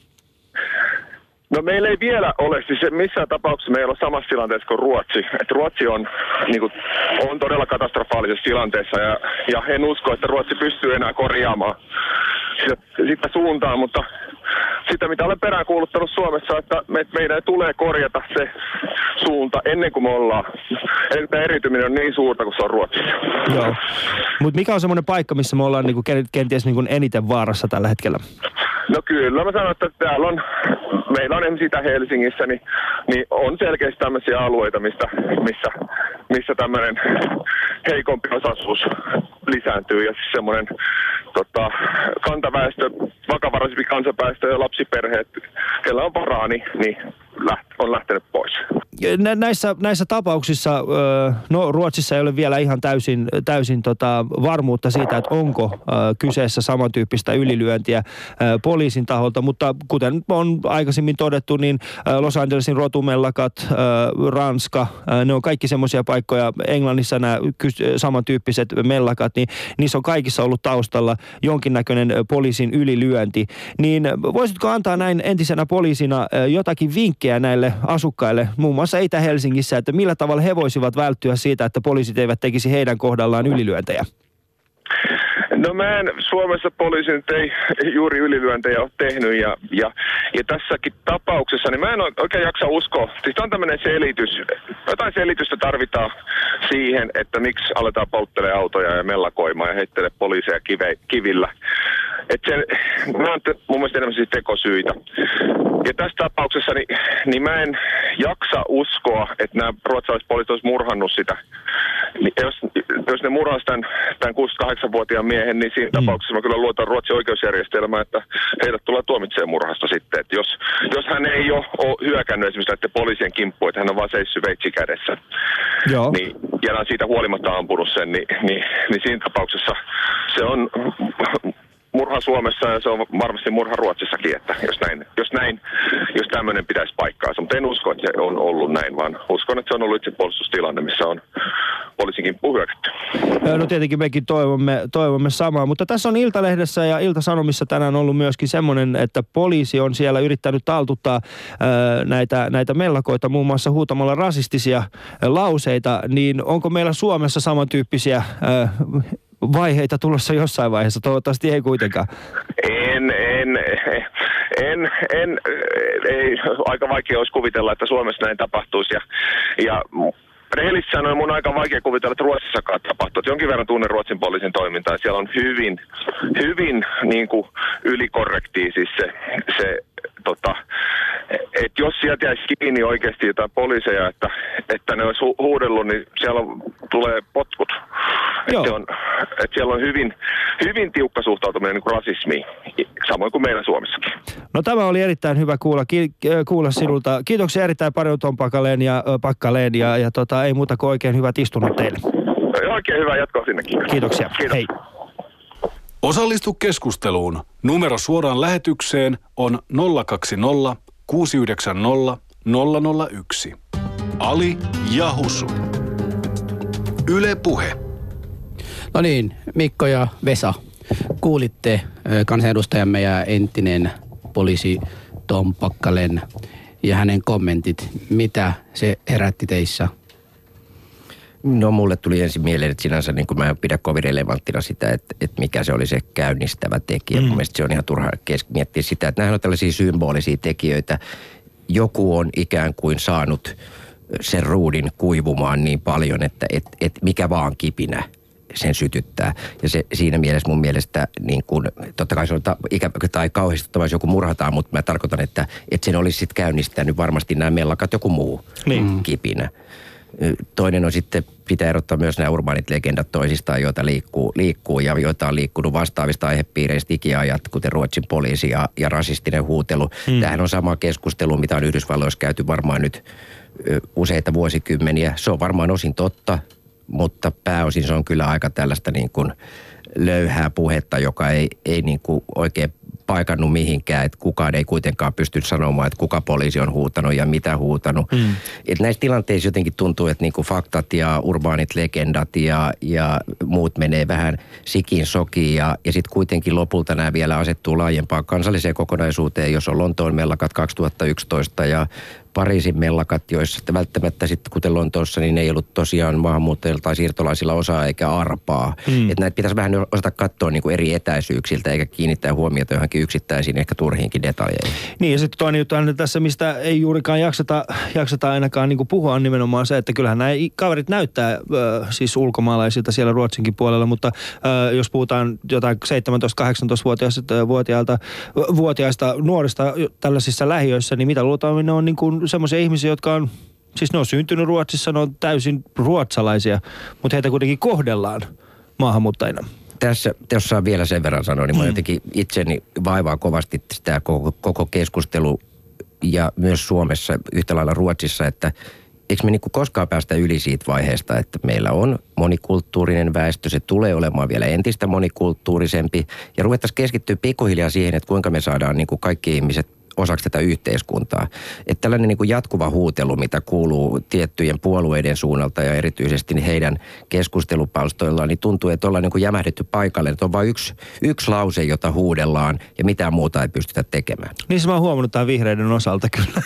No meillä ei vielä ole, siis missään tapauksessa meillä on samassa tilanteessa kuin Ruotsi. Että Ruotsi on, niin kuin, on todella katastrofaalisessa tilanteessa ja, ja en usko, että Ruotsi pystyy enää korjaamaan sitä, sitä suuntaa, mutta sitä mitä olen peräänkuuluttanut Suomessa, että me, meidän tulee korjata se suunta ennen kuin me ollaan. Eli tämä eriytyminen on niin suurta kuin se on Ruotsissa. Joo, mutta mikä on semmoinen paikka, missä me ollaan niin kuin, kenties niin kuin eniten vaarassa tällä hetkellä? No kyllä, mä sanon, että täällä on, meillä on esimerkiksi Itä-Helsingissä, niin, niin on selkeästi tämmöisiä alueita, mistä, missä, missä tämmöinen heikompi osaisuus lisääntyy ja siis semmoinen tota, kantaväestö, vakavaraisempi kansanväestö ja lapsiperheet, kellä on varaa, niin, niin on lähtenyt pois. Näissä, näissä tapauksissa, no Ruotsissa ei ole vielä ihan täysin, täysin tota varmuutta siitä, että onko kyseessä samantyyppistä ylilyöntiä poliisin taholta, mutta kuten on aikaisemmin todettu, niin Los Angelesin rotumellakat, Ranska, ne on kaikki semmoisia paikkoja, Englannissa nämä samantyyppiset mellakat, niin niissä on kaikissa ollut taustalla jonkinnäköinen poliisin ylilyönti. Niin voisitko antaa näin entisenä poliisina jotakin vinkkejä näille asukkaille, muun muassa Itä-Helsingissä, että millä tavalla he voisivat välttyä siitä, että poliisit eivät tekisi heidän kohdallaan ylilyöntejä? No mä en Suomessa poliisin ei juuri ylilyöntejä ole tehnyt ja, ja, ja tässäkin tapauksessa, niin mä en oikein jaksa uskoa. Siis on tämmöinen selitys, jotain selitystä tarvitaan siihen, että miksi aletaan polttelemaan autoja ja mellakoimaan ja heittelee poliiseja kive, kivillä. Että se, mä oon mun mielestä enemmän siis tekosyitä. Ja tässä tapauksessa, niin, niin mä en jaksa uskoa, että nämä ruotsalaiset poliisit olisi murhannut sitä. Jos, jos ne murhaisi tämän, tämän kuusikymmentäkahdeksanvuotiaan miehen, niin siinä mm. tapauksessa mä kyllä luotan Ruotsin oikeusjärjestelmään, että heidät tulee tuomitsemaan murhasta sitten. Että jos, jos hän ei ole, ole hyökännyt esimerkiksi näiden poliisien kimppuun, että hän on vaan seissyt veitsi kädessä, Joo. Niin, ja hän on siitä huolimatta ampunut sen, niin, niin, niin siinä tapauksessa se on murha Suomessa ja se on varmasti murha Ruotsissakin, että jos näin, jos näin, jos tämmöinen pitäisi paikkaansa. Mutta en usko, että se on ollut näin, vaan uskon, että se on ollut itse puolustustilanne, missä on poliisinkin hyökätty. No tietenkin mekin toivomme, toivomme samaa, mutta tässä on Iltalehdessä ja Ilta-Sanomissa tänään ollut myöskin semmoinen, että poliisi on siellä yrittänyt taltuttaa ää, näitä, näitä mellakoita muun muassa huutamalla rasistisia lauseita, niin onko meillä Suomessa samantyyppisiä ää, vaiheita tulossa jossain vaiheessa? Toivottavasti ei kuitenkaan. En, en, en, en, ei, aika vaikea olisi kuvitella, että Suomessa näin tapahtuisi. Ja, ja rehellisesti sanoen mun on aika vaikea kuvitella, että Ruotsissakaan tapahtuu. Et jonkin verran tunnen Ruotsin poliisin toimintaa. Siellä on hyvin, hyvin niin kuin ylikorrektia siis se, se tota, että jos sieltä jäisi kiinni oikeasti jotain poliiseja, että, että ne olisi hu- huudellut, niin siellä on, tulee potkut. Että on, et siellä on hyvin, hyvin tiukka suhtautuminen niin kuin rasismiin, samoin kuin meillä Suomessakin. No tämä oli erittäin hyvä kuulla, Ki- kuulla sinulta. Kiitoksia erittäin paljon Tom Pakaleen ja Pakkaleen ja, ja tota, ei muuta kuin oikein hyvät istunnot teille. Oikein hyvää jatkoa sinnekin. Kiitoksia. Kiitos. Hei. Osallistu keskusteluun. Numero suoraan lähetykseen on nolla kaksi nolla kuusi yhdeksän nolla nolla nolla yksi. Ali ja Husu. Yle Puhe. No niin, Mikko ja Vesa, kuulitte kansanedustajamme ja entinen poliisi Tom Pakkalen ja hänen kommentit. Mitä se herätti teissä? No mulle tuli ensin mieleen, että sinänsä niin kuin mä en pidä kovin relevanttina sitä, että, että mikä se oli se käynnistävä tekijä. Mm. Mun mielestä se on ihan turha kes- miettiä sitä, että nämähän on tällaisia symbolisia tekijöitä. Joku on ikään kuin saanut sen ruudin kuivumaan niin paljon, että et, et mikä vaan kipinä sen sytyttää. Ja se, siinä mielessä mun mielestä, niin kuin, totta kai se on ta, ikä, tai kauhistuttavaa, jos joku murhataan, mutta mä tarkoitan, että, että sen olisi sitten käynnistänyt varmasti nämä mellakat joku muu niin. kipinä. Toinen on sitten, pitää erottaa myös nämä urbaanit legendat toisistaan, joita liikkuu, liikkuu ja joita on liikkunut vastaavista aihepiireistä ikiajat, kuten Ruotsin poliisi ja, ja rasistinen huutelu. Hmm. Tämähän on sama keskustelu, mitä on Yhdysvalloissa käyty varmaan nyt ö, useita vuosikymmeniä. Se on varmaan osin totta, mutta pääosin se on kyllä aika tällaista niin kuin löyhää puhetta, joka ei, ei niin kuin oikein paikannut mihinkään, että kukaan ei kuitenkaan pysty sanomaan, että kuka poliisi on huutanut ja mitä huutanut. Mm. Et näissä tilanteissa jotenkin tuntuu, että niinku faktat ja urbaanit legendat ja, ja muut menee vähän sikin sokiin ja, ja sitten kuitenkin lopulta nämä vielä asettuu laajempaan kansalliseen kokonaisuuteen, jos on Lontoon mellakat kaksituhattayksitoista ja Pariisin mellakat, joissa sitten välttämättä sitten, kuten Lontoossa, niin ei ollut tosiaan maahanmuuttajilla tai siirtolaisilla osaa eikä arpaa. Mm. Että näitä pitäisi vähän osata katsoa niin kuin eri etäisyyksiltä eikä kiinnittää huomiota johonkin yksittäisiin, ehkä turhiinkin detaljeihin. Niin ja sitten toinen juttu on tässä, mistä ei juurikaan jakseta, jakseta ainakaan niin kuin puhua, on nimenomaan se, että kyllähän nämä kaverit näyttää äh, siis ulkomaalaisilta siellä Ruotsinkin puolella, mutta äh, jos puhutaan jotain seitsemäntoista-kahdeksantoista-vuotiaista vuotiaista, vuotiaista nuorista tällaisissa lähiöissä, niin mitä luultaan, ne on niin kuin semmoisia ihmisiä, jotka on, siis ne on syntynyt Ruotsissa, ne on täysin ruotsalaisia, mutta heitä kuitenkin kohdellaan maahanmuuttajina. Tässä, jos saa vielä sen verran sanoa, niin mä jotenkin itseni vaivaa kovasti sitä koko, koko keskustelu ja myös Suomessa, yhtä lailla Ruotsissa, että eikö me niin kuin koskaan päästä yli siitä vaiheesta, että meillä on monikulttuurinen väestö, se tulee olemaan vielä entistä monikulttuurisempi ja ruvettaisiin keskittyä pikkuhiljaa siihen, että kuinka me saadaan niin kuin kaikki ihmiset osaksi tätä yhteiskuntaa. Että tällainen niin kuin jatkuva huutelu, mitä kuuluu tiettyjen puolueiden suunnalta ja erityisesti heidän keskustelupalstoillaan, niin tuntuu, että ollaan niin kuin jämähdetty paikalle. Että on vain yksi, yksi lause, jota huudellaan ja mitään muuta ei pystytä tekemään. Niin se mä oon huomannut tämän vihreiden osalta kyllä.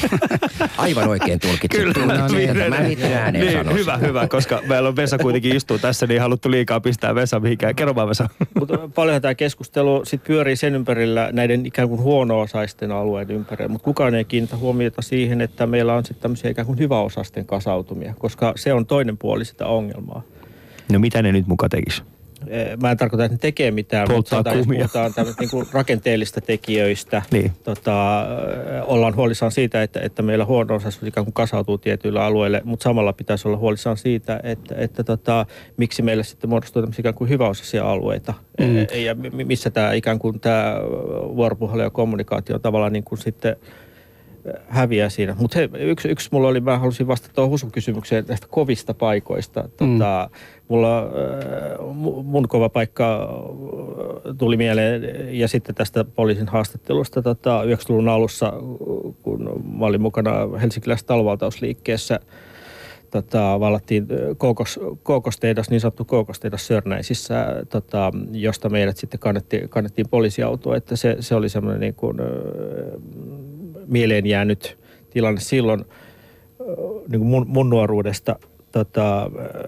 Aivan oikein tulkittu. Kyllä, no, niin, mä en ääneen niin, sanoa. Hyvä, hyvä, koska meillä on Vesa kuitenkin istuu tässä, niin ei haluttu liikaa pistää Vesa mihinkään. Kerro vaan Vesa. Mutta paljonhan tämä keskustelu sit pyörii sen ympärillä näiden ikään kuin huono-osaisten alueiden ympärillä, mutta kukaan ei kiinnitä huomiota siihen, että meillä on sitten tämmöisiä ikään kuin hyväosaisten kasautumia, koska se on toinen puoli sitä ongelmaa. No mitä ne nyt muka tekisi? mä en tarkoita, että ne tekee mitään, polttaa mutta kumia. puhutaan niin kuin rakenteellista tekijöistä. Niin. Tota, ollaan huolissaan siitä, että, että meillä huono-osaisuus ikään kuin kasautuu tietyillä alueille, mutta samalla pitäisi olla huolissaan siitä, että, että tota, miksi meille sitten muodostuu tämmöisiä ikään kuin hyväosaisia alueita. Mm. Ja missä tämä ikään kuin tämä vuoropuhelu ja kommunikaatio tavallaan niin kuin sitten häviää siinä. Mutta yksi, yksi mulla oli, mä halusin vastata tuohon Husun kysymykseen näistä kovista paikoista. Tota, mm. Mulla mun kova paikka tuli mieleen ja sitten tästä poliisin haastattelusta tota, yhdeksänkymmentäluvun alussa, kun mä olin mukana helsinkiläisessä talvaltausliikkeessä. Tota, vallattiin kookos, kookostehdas, niin sanottu kookostehdas Sörnäisissä, tota, josta meidät sitten kannettiin, kannettiin poliisiautoa, että se, se oli semmoinen niin kuin mieleen jäänyt tilanne silloin niin kuin mun, mun nuoruudesta. Tota,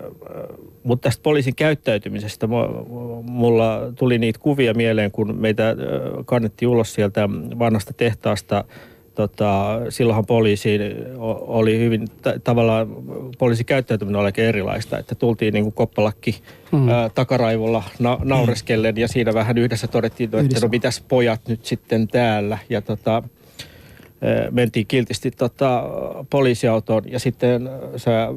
mutta tästä poliisin käyttäytymisestä mulla tuli niitä kuvia mieleen, kun meitä kannettiin ulos sieltä vanhasta tehtaasta. Tota, silloinhan poliisi oli hyvin, t- tavallaan poliisin käyttäytyminen oli erilaista, että tultiin niin kuin koppalakki mm. ää, takaraivolla na- naureskellen ja siinä vähän yhdessä todettiin, että yhdessä. No mitäs pojat nyt sitten täällä ja tota, ää, mentiin kiltisti tota, poliisiautoon ja sitten sä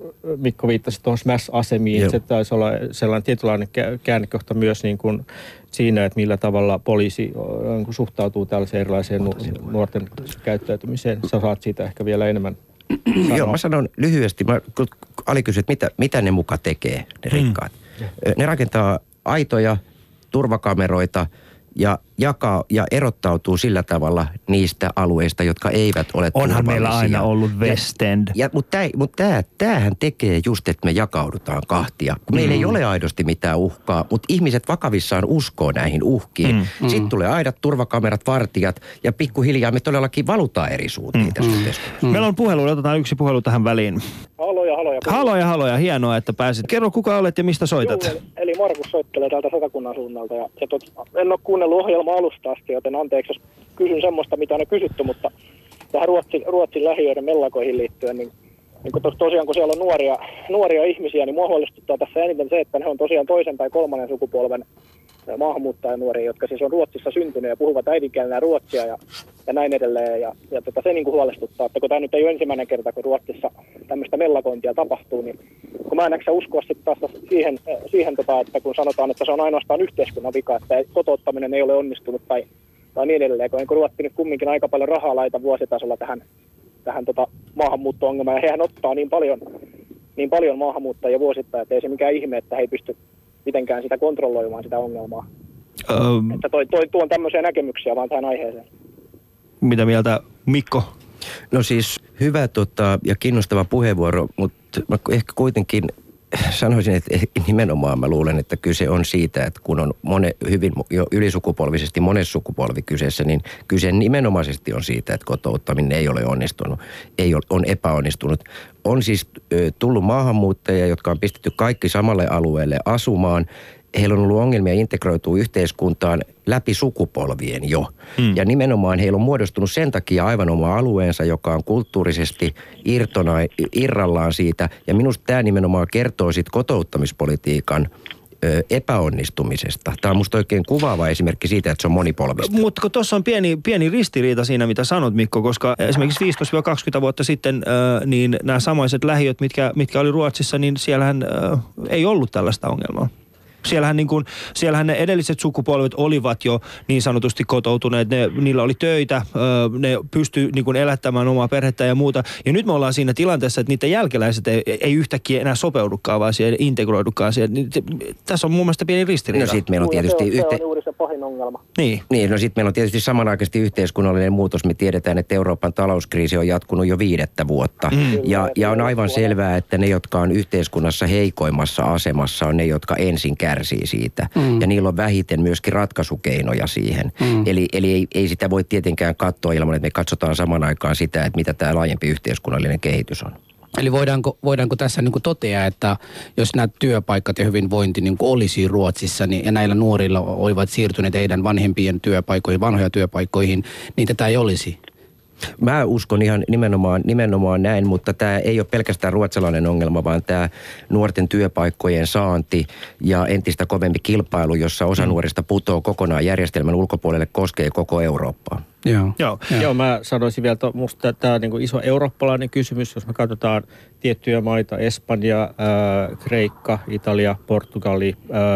Mikko viittasi tuohon Smash-asemiin, että se taisi olla sellainen tietynlainen käännekohta myös niin kuin siinä, että millä tavalla poliisi suhtautuu tällaiseen erilaiseen nu- nuorten käyttäytymiseen. Sä saat siitä ehkä vielä enemmän sanoa. Joo, mä sanon lyhyesti. Mä, kun Ali kysyi, että mitä, mitä ne muka tekee, ne rikkaat. Mm. Ne rakentaa aitoja, turvakameroita ja jakaa ja erottautuu sillä tavalla niistä alueista, jotka eivät ole Onhan turvallisia. meillä aina ollut West End. Ja, ja, mutta tämä, mutta tämä, tämähän tekee just, että me jakaudutaan kahtia. Kun meillä mm. ei ole aidosti mitään uhkaa, mutta ihmiset vakavissaan uskoo näihin uhkiin. Mm. Sitten tulee aidat, turvakamerat, vartijat ja pikkuhiljaa me todellakin valutaan eri suuntiin mm. tässä yhteiskunnassa. Mm. Meillä on puhelu, otetaan yksi puhelu tähän väliin. Haloja, haloja. Haloja, haloja. Hienoa, että pääsit. Kerro, kuka olet ja mistä soitat? Joo, eli Markus soittelee täältä Satakunnan suunnalta. Ja, ja tot, en ole kuunnellut ohjelmaa alusta asti, joten anteeksi, jos kysyn semmoista, mitä on jo kysytty, mutta tähän Ruotsin, Ruotsin lähiöiden mellakoihin liittyen, niin, niin kun tos, tosiaan kun siellä on nuoria, nuoria ihmisiä, niin mua huolestuttaa tässä eniten se, että ne on tosiaan toisen tai kolmannen sukupolven maahanmuuttajanuoria, jotka siis on Ruotsissa syntyneet ja puhuvat äidinkielenä ruotsia ja, ja näin edelleen. Ja, ja tota, se niin kuin huolestuttaa, että kun tämä nyt ei ole ensimmäinen kerta, kun Ruotsissa tämmöistä mellakointia tapahtuu, niin kun mä en äksä uskoa sitten taas siihen, siihen tota, että kun sanotaan, että se on ainoastaan yhteiskunnan vika, että kotouttaminen ei ole onnistunut tai, tai niin edelleen, kun Ruotsi nyt kumminkin aika paljon rahaa laita vuositasolla tähän, tähän tota maahanmuutto-ongelmaan ja hehän ottaa niin paljon, niin paljon maahanmuuttajia vuosittain, että ei se mikään ihme, että he ei pysty mitenkään sitä kontrolloimaan sitä ongelmaa. Um, että toi, toi, tuon tämmöisiä näkemyksiä vaan tähän aiheeseen. Mitä mieltä Mikko? No siis hyvä tota, ja kiinnostava puheenvuoro, mutta mä ehkä kuitenkin sanoisin, että nimenomaan mä luulen, että kyse on siitä, että kun on mone, hyvin jo ylisukupolvisesti monessukupolvi kyseessä, niin kyse nimenomaisesti on siitä, että kotouttaminen ei ole onnistunut, ei ole, on epäonnistunut. On siis ö, tullut maahanmuuttajia, jotka on pistetty kaikki samalle alueelle asumaan. Heillä on ollut ongelmia integroitua yhteiskuntaan läpi sukupolvien jo. Hmm. Ja nimenomaan heillä on muodostunut sen takia aivan oma alueensa, joka on kulttuurisesti irtona, irrallaan siitä. Ja minusta tämä nimenomaan kertoo siitä kotouttamispolitiikan ö, epäonnistumisesta. Tämä on musta oikein kuvaava esimerkki siitä, että se on monipolvista. Mutta tuossa on pieni, pieni ristiriita siinä, mitä sanot Mikko, koska esimerkiksi viisitoista kaksikymmentä vuotta sitten äh, niin nämä samaiset lähiöt, mitkä, mitkä oli Ruotsissa, niin siellähän äh, ei ollut tällaista ongelmaa. Siellähän, niin kuin, siellähän ne edelliset sukupolvet olivat jo niin sanotusti kotoutuneet, ne, niillä oli töitä, ne pystyi niin kuin elättämään omaa perhettä ja muuta. Ja nyt me ollaan siinä tilanteessa, että niiden jälkeläiset ei, ei yhtäkkiä enää sopeudukaan, vaan siihen integroidukaan. Siihen. Tässä on mun mielestä pieni ristiriita. No sit meillä on tietysti... Se on, yhte... se on juuri se pahin ongelma. Niin. Niin, no sitten meillä on tietysti samanaikaisesti yhteiskunnallinen muutos. Me tiedetään, että Euroopan talouskriisi on jatkunut jo viidettä vuotta. Mm. Ja, ja on aivan selvää, että ne, jotka on yhteiskunnassa heikoimmassa asemassa, on ne, jotka ensin kärsii siitä. Mm. Ja niillä on vähiten myöskin ratkaisukeinoja siihen. Mm. Eli, eli ei, ei sitä voi tietenkään katsoa ilman, että me katsotaan saman aikaan sitä, että mitä tämä laajempi yhteiskunnallinen kehitys on. Eli voidaanko, voidaanko tässä niin kuin totea, että jos nämä työpaikat ja hyvinvointi niin kuin olisi Ruotsissa niin, ja näillä nuorilla olivat siirtyneet heidän vanhempien työpaikoihin, vanhoja työpaikkoihin, niin tätä ei olisi? Mä uskon ihan nimenomaan, nimenomaan näin, mutta tämä ei ole pelkästään ruotsalainen ongelma, vaan tämä nuorten työpaikkojen saanti ja entistä kovempi kilpailu, jossa osa mm. nuorista putoo kokonaan järjestelmän ulkopuolelle, koskee koko Eurooppaa. Joo. Joo. Joo, mä sanoisin vielä, että minusta tämä on niin iso eurooppalainen kysymys, jos me katsotaan tiettyjä maita, Espanja, äh, Kreikka, Italia, Portugali,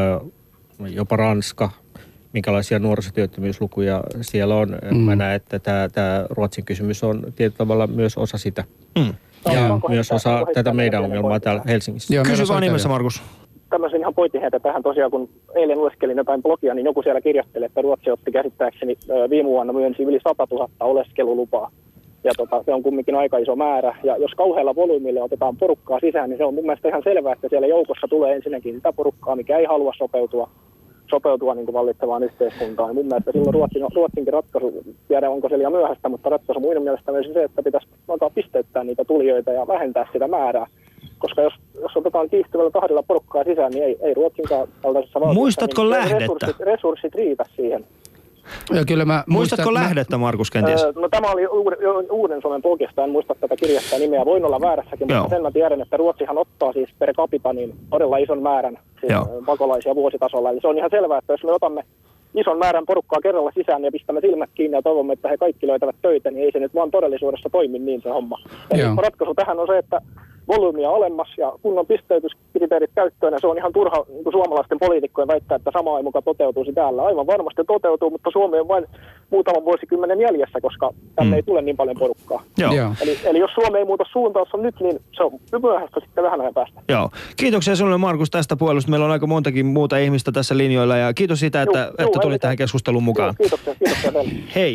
äh, jopa Ranska, minkälaisia nuorisotyöttömyyslukuja siellä on. Mm. Mä näen, että tämä, tämä Ruotsin kysymys on tietyllä tavalla myös osa sitä. Mm. Ja no, myös osa tätä meidän ongelmaa täällä Helsingissä. Joo, kysy vaan nimessä, Markus. Tämmöisen ihan pointtiheitä tähän tosiaan, kun eilen lueskelin jotain blogia, niin joku siellä kirjoitteli, että Ruotsi otti käsittääkseni viime vuonna myönsi yli sata tuhatta oleskelulupaa. Ja tota, se on kumminkin aika iso määrä. Ja jos kauhealla volyymille otetaan porukkaa sisään, niin se on mun mielestä ihan selvää, että siellä joukossa tulee ensinnäkin sitä porukkaa, mikä ei halua sopeutua, sopeutua niin kuin vallitsevaan yhteiskuntaan. Ja mun mielestä silloin Ruotsin, Ruotsinkin ratkaisu, tiedä onko se liian myöhäistä, mutta ratkaisu mun mielestä myös se, että pitäisi alkaa pisteyttää niitä tulijoita ja vähentää sitä määrää. Koska jos, jos otetaan kiihtyvällä tahdilla porukkaa sisään, niin ei, ei Ruotsinkaan kaltaisessa valtiossa. Muistatko niin lähdettä? Resurssit, resurssit riitä siihen. Joo, kyllä mä Muistatko muistan, lähdettä, Markus, kenties? Öö, no tämä oli uuden, uuden Suomen blogista, en muista tätä kirjasta nimeä. Voin olla väärässäkin, Joo. mutta sen mä tiedän, että Ruotsihan ottaa siis per capita niin todella ison määrän siis pakolaisia vuositasolla. Eli se on ihan selvää, että jos me otamme ison määrän porukkaa kerralla sisään ja pistämme silmät kiinni ja toivomme, että he kaikki löytävät töitä, niin ei se nyt vaan todellisuudessa toimi niin se homma. Eli ratkaisu tähän on se, että volyymia alemmas ja kunnon pisteytyskriteerit käyttöön, ja se on ihan turha niin kuin suomalaisten poliitikkojen väittää, että sama ei muka toteutuisi täällä. Aivan varmasti toteutuu, mutta Suomi on vain muutaman vuosikymmenen jäljessä, koska tänne mm. ei tule niin paljon porukkaa. Joo. Eli, eli jos Suomi ei muuta suuntaansa nyt, niin se on myöhäistä sitten vähän ajan päästä. Joo. Kiitoksia sinulle, Markus, tästä puhelusta. Meillä on aika montakin muuta ihmistä tässä linjoilla, ja kiitos siitä, että, juu, että tulit tähän keskusteluun mukaan. Joo, kiitoksia, kiitoksia teille. Hei.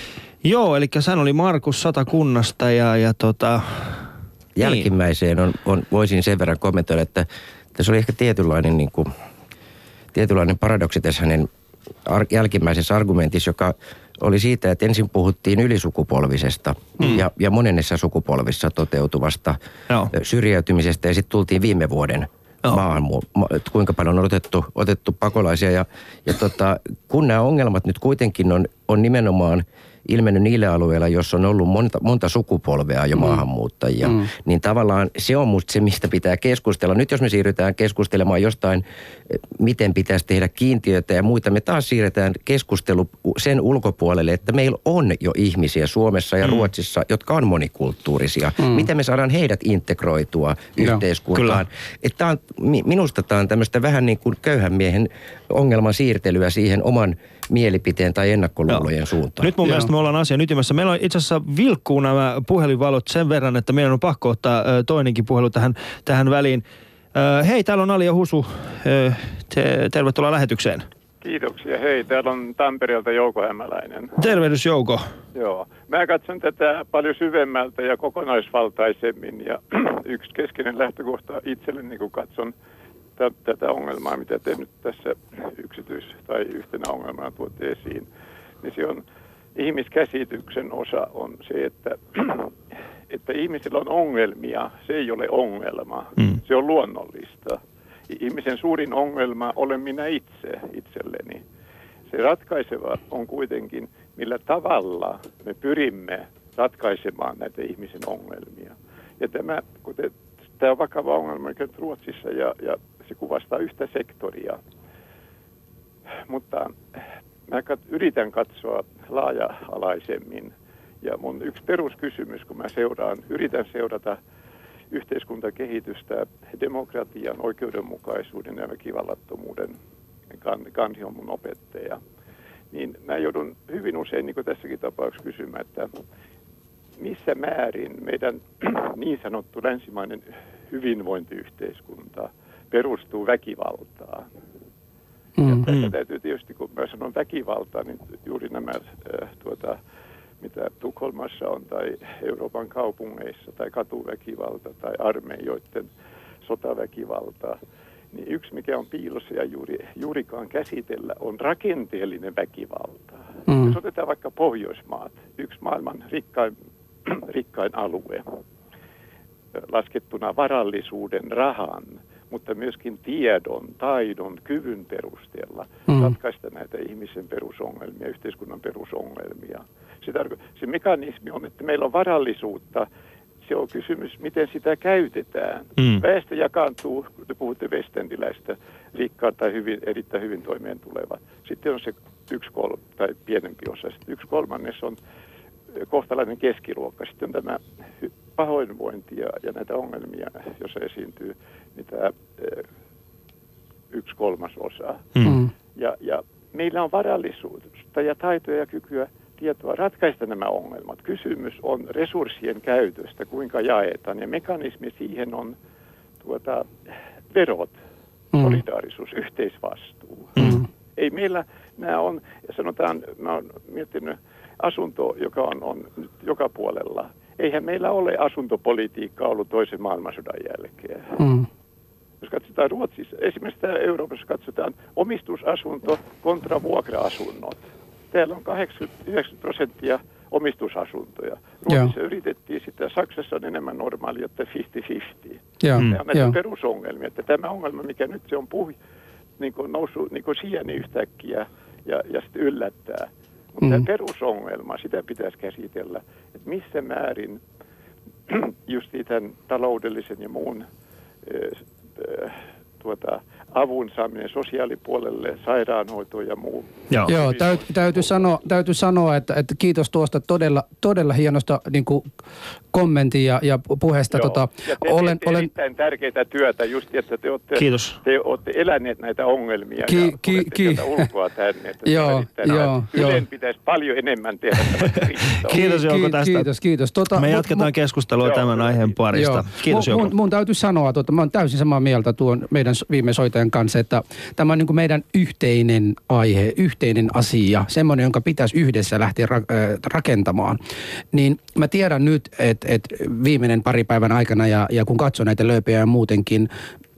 Joo, eli hän oli Markus Satakunnasta, ja, ja tota... Jälkimmäiseen on, on, voisin sen verran kommentoida, että tässä oli ehkä tietynlainen, niin kuin, tietynlainen paradoksi tässä hänen ar- jälkimmäisessä argumentissa, joka oli siitä, että ensin puhuttiin ylisukupolvisesta mm. ja, ja monennessa sukupolvissa toteutuvasta Joo. syrjäytymisestä, ja sitten tultiin viime vuoden maahanmu- että kuinka paljon on otettu, otettu pakolaisia. Ja, ja tota, kun nämä ongelmat nyt kuitenkin on, on nimenomaan ilmennyt niillä alueilla, jossa on ollut monta, monta sukupolvea jo mm. maahanmuuttajia, mm. niin tavallaan se on musta se, mistä pitää keskustella. Nyt jos me siirrytään keskustelemaan jostain, miten pitäisi tehdä kiintiöitä ja muita, me taas siirretään keskustelu sen ulkopuolelle, että meillä on jo ihmisiä Suomessa ja mm. Ruotsissa, jotka on monikulttuurisia. Mm. Miten me saadaan heidät integroitua yhteiskuntaan? Että on, minusta tämä on tämmöistä vähän niin kuin köyhän miehen ongelman siirtelyä siihen oman mielipiteen tai ennakkoluulojen Joo. suuntaan. Nyt mun Joo. mielestä me ollaan asian ytimessä. Meillä on itse asiassa vilkkuu nämä puhelinvalot sen verran, että meidän on pakko ottaa ö, toinenkin puhelu tähän, tähän väliin. Ö, hei, täällä on Ali ja Husu. Ö, te, tervetuloa lähetykseen. Kiitoksia. Hei, täällä on Tampereelta Jouko Hämäläinen. Tervehdys, Jouko. Joo. Mä katson tätä paljon syvemmältä ja kokonaisvaltaisemmin. Ja yksi keskeinen lähtökohta itselleni, kun katson t- tätä ongelmaa, mitä te nyt tässä yksityis- tai yhtenä ongelmana tuotte esiin, niin se on ihmiskäsityksen osa on se, että, että ihmisillä on ongelmia. Se ei ole ongelma. Mm. Se on luonnollista. Ihmisen suurin ongelma olen minä itse itselleni. Se ratkaiseva on kuitenkin, millä tavalla me pyrimme ratkaisemaan näitä ihmisen ongelmia. Ja tämä, kuten, tämä on vakava ongelma Ruotsissa ja, ja se kuvastaa yhtä sektoria. Mutta mä kat, yritän katsoa laaja-alaisemmin. Ja mun yksi peruskysymys, kun mä seuraan, yritän seurata yhteiskuntakehitystä, demokratian, oikeudenmukaisuuden ja väkivallattomuuden Gandhi on mun opettaja, niin mä joudun hyvin usein, niin kuin tässäkin tapauksessa, kysymään, että missä määrin meidän niin sanottu länsimainen hyvinvointiyhteiskunta perustuu väkivaltaan. Mm, ja tässä mm. täytyy tietysti, kun mä sanon väkivaltaa, niin juuri nämä äh, tuota, mitä Tukholmassa on, tai Euroopan kaupungeissa, tai katuväkivalta, tai armeijoiden sotaväkivalta, niin yksi, mikä on piilossa ja juuri, juurikaan käsitellä, on rakenteellinen väkivalta. Mm. Jos otetaan vaikka Pohjoismaat, yksi maailman rikkain, rikkain alue, laskettuna varallisuuden, rahan, mutta myöskin tiedon, taidon, kyvyn perusteella mm. ratkaista näitä ihmisen perusongelmia, yhteiskunnan perusongelmia. Se, tarko- se mekanismi on, että meillä on varallisuutta. Se on kysymys, miten sitä käytetään. Mm. Väestö jakaantuu, kun te puhutte vestendiläistä, rikkaat tai hyvin, erittäin hyvin toimeen tulevat. Sitten on se yksi kolme tai pienempi osa. Sitten yksi kolmannes on kohtalainen keskiluokka. Sitten on tämä pahoinvointi ja, ja näitä ongelmia, joissa esiintyy niitä yksi kolmas osa. Mm. Ja, ja meillä on varallisuutta ja taitoja ja kykyä tietoa ratkaista nämä ongelmat. Kysymys on resurssien käytöstä, kuinka jaetaan. Ja mekanismi siihen on tuota, verot, mm. solidaarisuus, yhteisvastuu. Mm. Ei meillä, nämä on, sanotaan, mä oon miettinyt asunto, joka on, on nyt joka puolella. Eihän meillä ole asuntopolitiikkaa ollut toisen maailmansodan jälkeen. Mm. Jos katsotaan Ruotsissa, esimerkiksi täällä Euroopassa katsotaan omistusasunto kontra vuokra-asunnot. Täällä on kahdeksankymmentä prosenttia omistusasuntoja. Ruotsissa yeah. yritettiin sitä, Saksassa on enemmän normaali, että viisikymmentä viisikymmentä. Yeah. Nämä on näitä yeah. perusongelmia. Että tämä ongelma, mikä nyt se on puhui, niin kuin noussut niin kuin sieni yhtäkkiä ja, ja sitten yllättää. Mutta mm. tämä perusongelma, sitä pitäisi käsitellä, että missä määrin just tämän taloudellisen ja muun äh, tuota, avun saaminen sosiaalipuolelle, sairaanhoitoon ja muu. Joo, Joo täyt, täytyy, sanoa, täytyy sanoa, että, että kiitos tuosta todella, todella hienosta niin kuin kommentin ja, ja puheesta. Joo. Tota, ja te olen, olen erittäin tärkeää työtä just, että te olette, te olette eläneet näitä ongelmia ki, ja ki, ki. sieltä ulkoa tänne. Että joo, joo, Ylen jo. pitäisi paljon enemmän tehdä. Kiitos Jouko tästä. Kiitos, kiitos. Tota, Me jatketaan mu- keskustelua joo, tämän aiheen parista. Joo. Kiitos Jouko. Mun, mun täytyy sanoa, että mä oon täysin samaa mieltä tuon meidän viime soitajan kanssa, että tämä on niin kuin meidän yhteinen aihe, yhteinen asia, semmoinen, jonka pitäisi yhdessä lähteä ra- äh, rakentamaan. Niin mä tiedän nyt, että et viimeinen pari päivän aikana ja, ja kun katson näitä lööpejä ja muutenkin,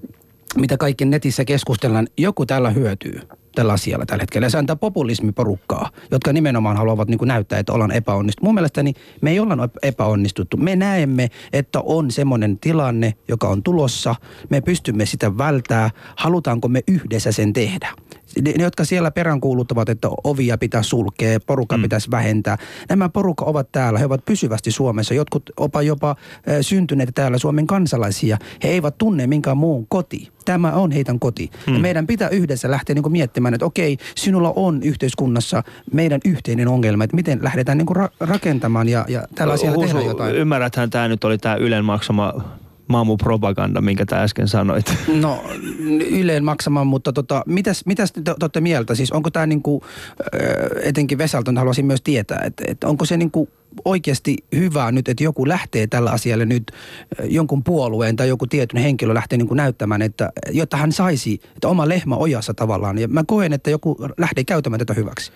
mitä kaikki netissä keskustellaan, joku tällä hyötyy tällä asialla tällä hetkellä. Ja se antaa populismiporukkaa, jotka nimenomaan haluavat niin kuin näyttää, että ollaan epäonnistuttu. Mun mielestäni me ei olla epäonnistuttu. Me näemme, että on semmoinen tilanne, joka on tulossa. Me pystymme sitä välttää. Halutaanko me yhdessä sen tehdä? Ne, jotka siellä peräänkuuluttavat, että ovia pitää sulkea, porukka mm. pitäisi vähentää. Nämä porukka ovat täällä. He ovat pysyvästi Suomessa. Jotkut opa jopa äh, syntyneet täällä Suomen kansalaisia. He eivät tunne minkään muun koti. Tämä on heidän koti. Mm. Ja meidän pitää yhdessä lähteä niin kuin miettimään, että okei, sinulla on yhteiskunnassa meidän yhteinen ongelma, että miten lähdetään niin kuin ra- rakentamaan ja, ja tällä asialla tehdään jotain. Ymmärräthän tämä nyt oli tämä Ylen maksama maamupropaganda, minkä tämä äsken sanoit. No, Yleen maksamaan, mutta tota, mitäs, mitäs te, te olette mieltä? Siis onko tämä niin kuin, etenkin Vesalta haluaisin myös tietää, että, että onko se niin kuin oikeasti hyvä nyt, että joku lähtee tällä asialle nyt jonkun puolueen tai joku tietyn henkilö lähtee niin kuin näyttämään, että jotta hän saisi, että oma lehmä ojassa tavallaan. Ja mä koen, että joku lähtee käytämään tätä hyväksi.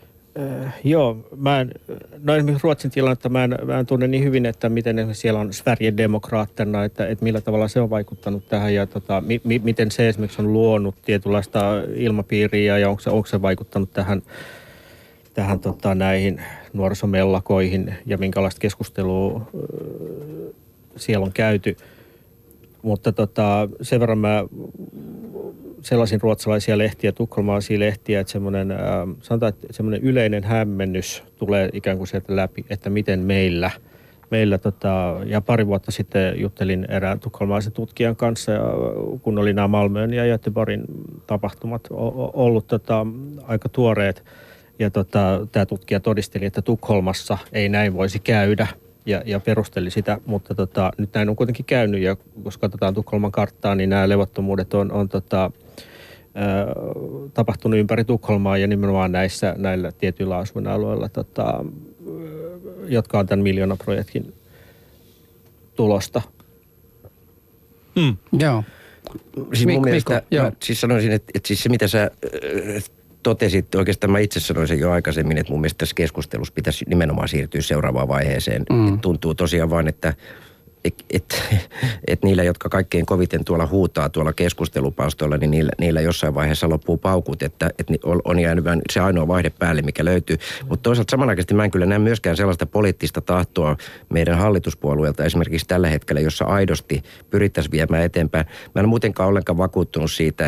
Äh, joo, mä en, no esimerkiksi Ruotsin tilannetta mä en, mä en tunne niin hyvin, että miten esimerkiksi siellä on Sverigedemokraatterna, että, että millä tavalla se on vaikuttanut tähän ja tota, mi, mi, miten se esimerkiksi on luonut tietynlaista ilmapiiriä ja onko se, onko se vaikuttanut tähän, tähän tota, näihin nuorisomellakoihin ja minkälaista keskustelua äh, siellä on käyty. Mutta tota, sen verran mä sellaisin ruotsalaisia lehtiä, tukholmalaisia lehtiä, että semmoinen, äh, sanotaan, että semmoinen yleinen hämmennys tulee ikään kuin sieltä läpi, että miten meillä, meillä tota, ja pari vuotta sitten juttelin erään tukholmalaisen tutkijan kanssa, ja kun oli nämä Malmön ja Göteborgin tapahtumat o- ollut tota, aika tuoreet, ja tota, tämä tutkija todisteli, että Tukholmassa ei näin voisi käydä, Ja, ja perusteli sitä, mutta tota, nyt näin on kuitenkin käynyt, ja jos katsotaan Tukholman karttaa, niin nämä levottomuudet on, on tota, ää, tapahtunut ympäri Tukholmaa ja nimenomaan näissä, näillä tietyillä asuinalueilla, tota, jotka on tämän miljoonaprojektin tulosta. Mm. Joo. Siis mun Mik, mielestä, Mikko, mä siis sanoisin, että, että siis se mitä sä totesit, oikeastaan mä itse sanoin sen jo aikaisemmin, että mun mielestä tässä keskustelussa pitäisi nimenomaan siirtyä seuraavaan vaiheeseen. Mm. Tuntuu tosiaan vaan, että et, et, et niillä, jotka kaikkein koviten tuolla huutaa tuolla keskustelupalstoilla, niin niillä, niillä jossain vaiheessa loppuu paukut, että et on jäänyt vain se ainoa vaihde päälle, mikä löytyy. Mutta toisaalta samanaikaisesti mä en kyllä näe myöskään sellaista poliittista tahtoa meidän hallituspuolueelta esimerkiksi tällä hetkellä, jossa aidosti pyrittäisiin viemään eteenpäin. Mä en muutenkaan ollenkaan vakuuttunut siitä, että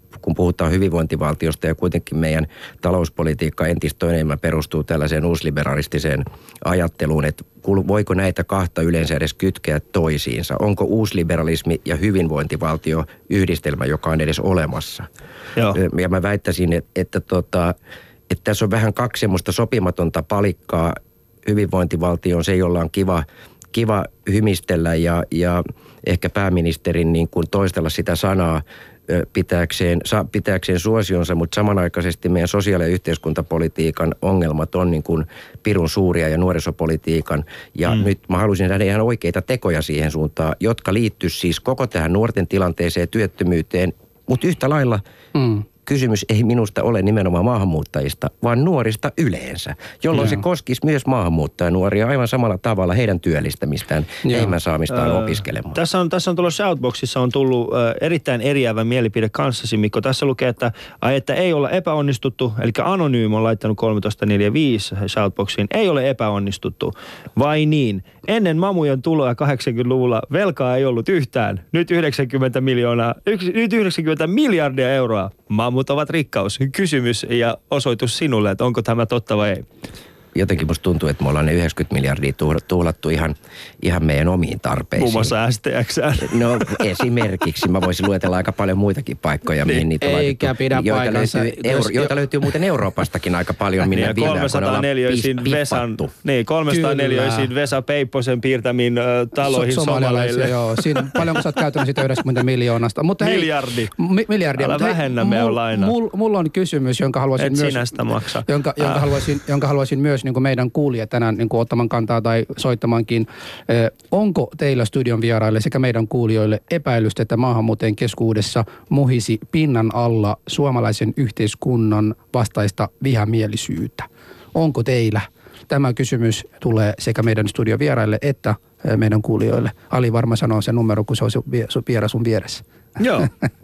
kun puhutaan hyvinvointivaltiosta ja kuitenkin meidän talouspolitiikka entistä enemmän perustuu tällaiseen uusliberalistiseen ajatteluun, että voiko näitä kahta yleensä edes kytkeä toisiinsa? Onko uusliberalismi ja hyvinvointivaltio yhdistelmä, joka on edes olemassa? Joo. Ja mä väittäisin, että, että, tota, että tässä on vähän kaksi semmoista sopimatonta palikkaa. Hyvinvointivaltio on se, jolla on kiva, kiva hymistellä ja, ja ehkä pääministerin niin kuin toistella sitä sanaa pitääkseen, pitääkseen suosionsa, mutta samanaikaisesti meidän sosiaali- ja yhteiskuntapolitiikan ongelmat on niin kuin pirun suuria ja nuorisopolitiikan. Ja mm. nyt mä haluaisin nähdä ihan oikeita tekoja siihen suuntaan, jotka liittyy siis koko tähän nuorten tilanteeseen, työttömyyteen, mutta yhtä lailla mm. kysymys ei minusta ole nimenomaan maahanmuuttajista, vaan nuorista yleensä, jolloin Joo. se koskisi myös maahanmuuttajanuoria aivan samalla tavalla heidän työllistämistään, heidän saamistaan öö, opiskelemaan. Tässä on, tässä on tullut Shoutboxissa on tullut äh, erittäin eriävä mielipide kanssasi, Mikko. Tässä lukee, että, ai, että ei ole epäonnistuttu, eli Anonym on laittanut kolmetoista neljäkymmentäviisi Shoutboxiin, ei ole epäonnistuttu. Vai niin? Ennen mamujen tuloa kahdeksankymmentäluvulla velkaa ei ollut yhtään. Nyt yhdeksänkymmentä miljoonaa, yks, nyt yhdeksänkymmentä miljardia euroa. Mamut ovat rikkaus. Kysymys ja osoitus sinulle, että onko tämä totta vai ei? Jotenkin musta tuntuu, että me ollaan ne yhdeksänkymmentä miljardia tuhlattu ihan, ihan meidän omiin tarpeisiin. Muun muassa S T X. No esimerkiksi. Mä voisin luetella aika paljon muitakin paikkoja, mihin niitä on Eikä laitettu, pidä joita paikassa. löytyy, euro, joita löytyy muuten Euroopastakin aika paljon, minne viedään, kun ollaan Vesan, niin, kolmesataaneljä Vesa Peipposen piirtämiin äh, taloihin so, somaleille. Joo, siinä paljonko sä oot käytänyt siitä yhdeksänkymmentä miljoonasta. Mutta hei, miljardi. Mi, miljardia. Älä vähennä meidän lainaa. Mulla mul on kysymys, jonka haluaisin Et myös... sinä sitä maksa. Jonka, jonka, äh. haluaisin, jonka haluaisin myös niin kuin meidän kuulijat tänään niin kuin ottamaan kantaa tai soittamankin. Eh, onko teillä studion vieraille sekä meidän kuulijoille epäilystä, että maahanmuuttajien keskuudessa muhisi pinnan alla suomalaisen yhteiskunnan vastaista vihamielisyyttä? Onko teillä? Tämä kysymys tulee sekä meidän studion vieraille että meidän kuulijoille. Ali varmaan sanoo sen numero, kun se on sun vieras sun vieressä. Joo.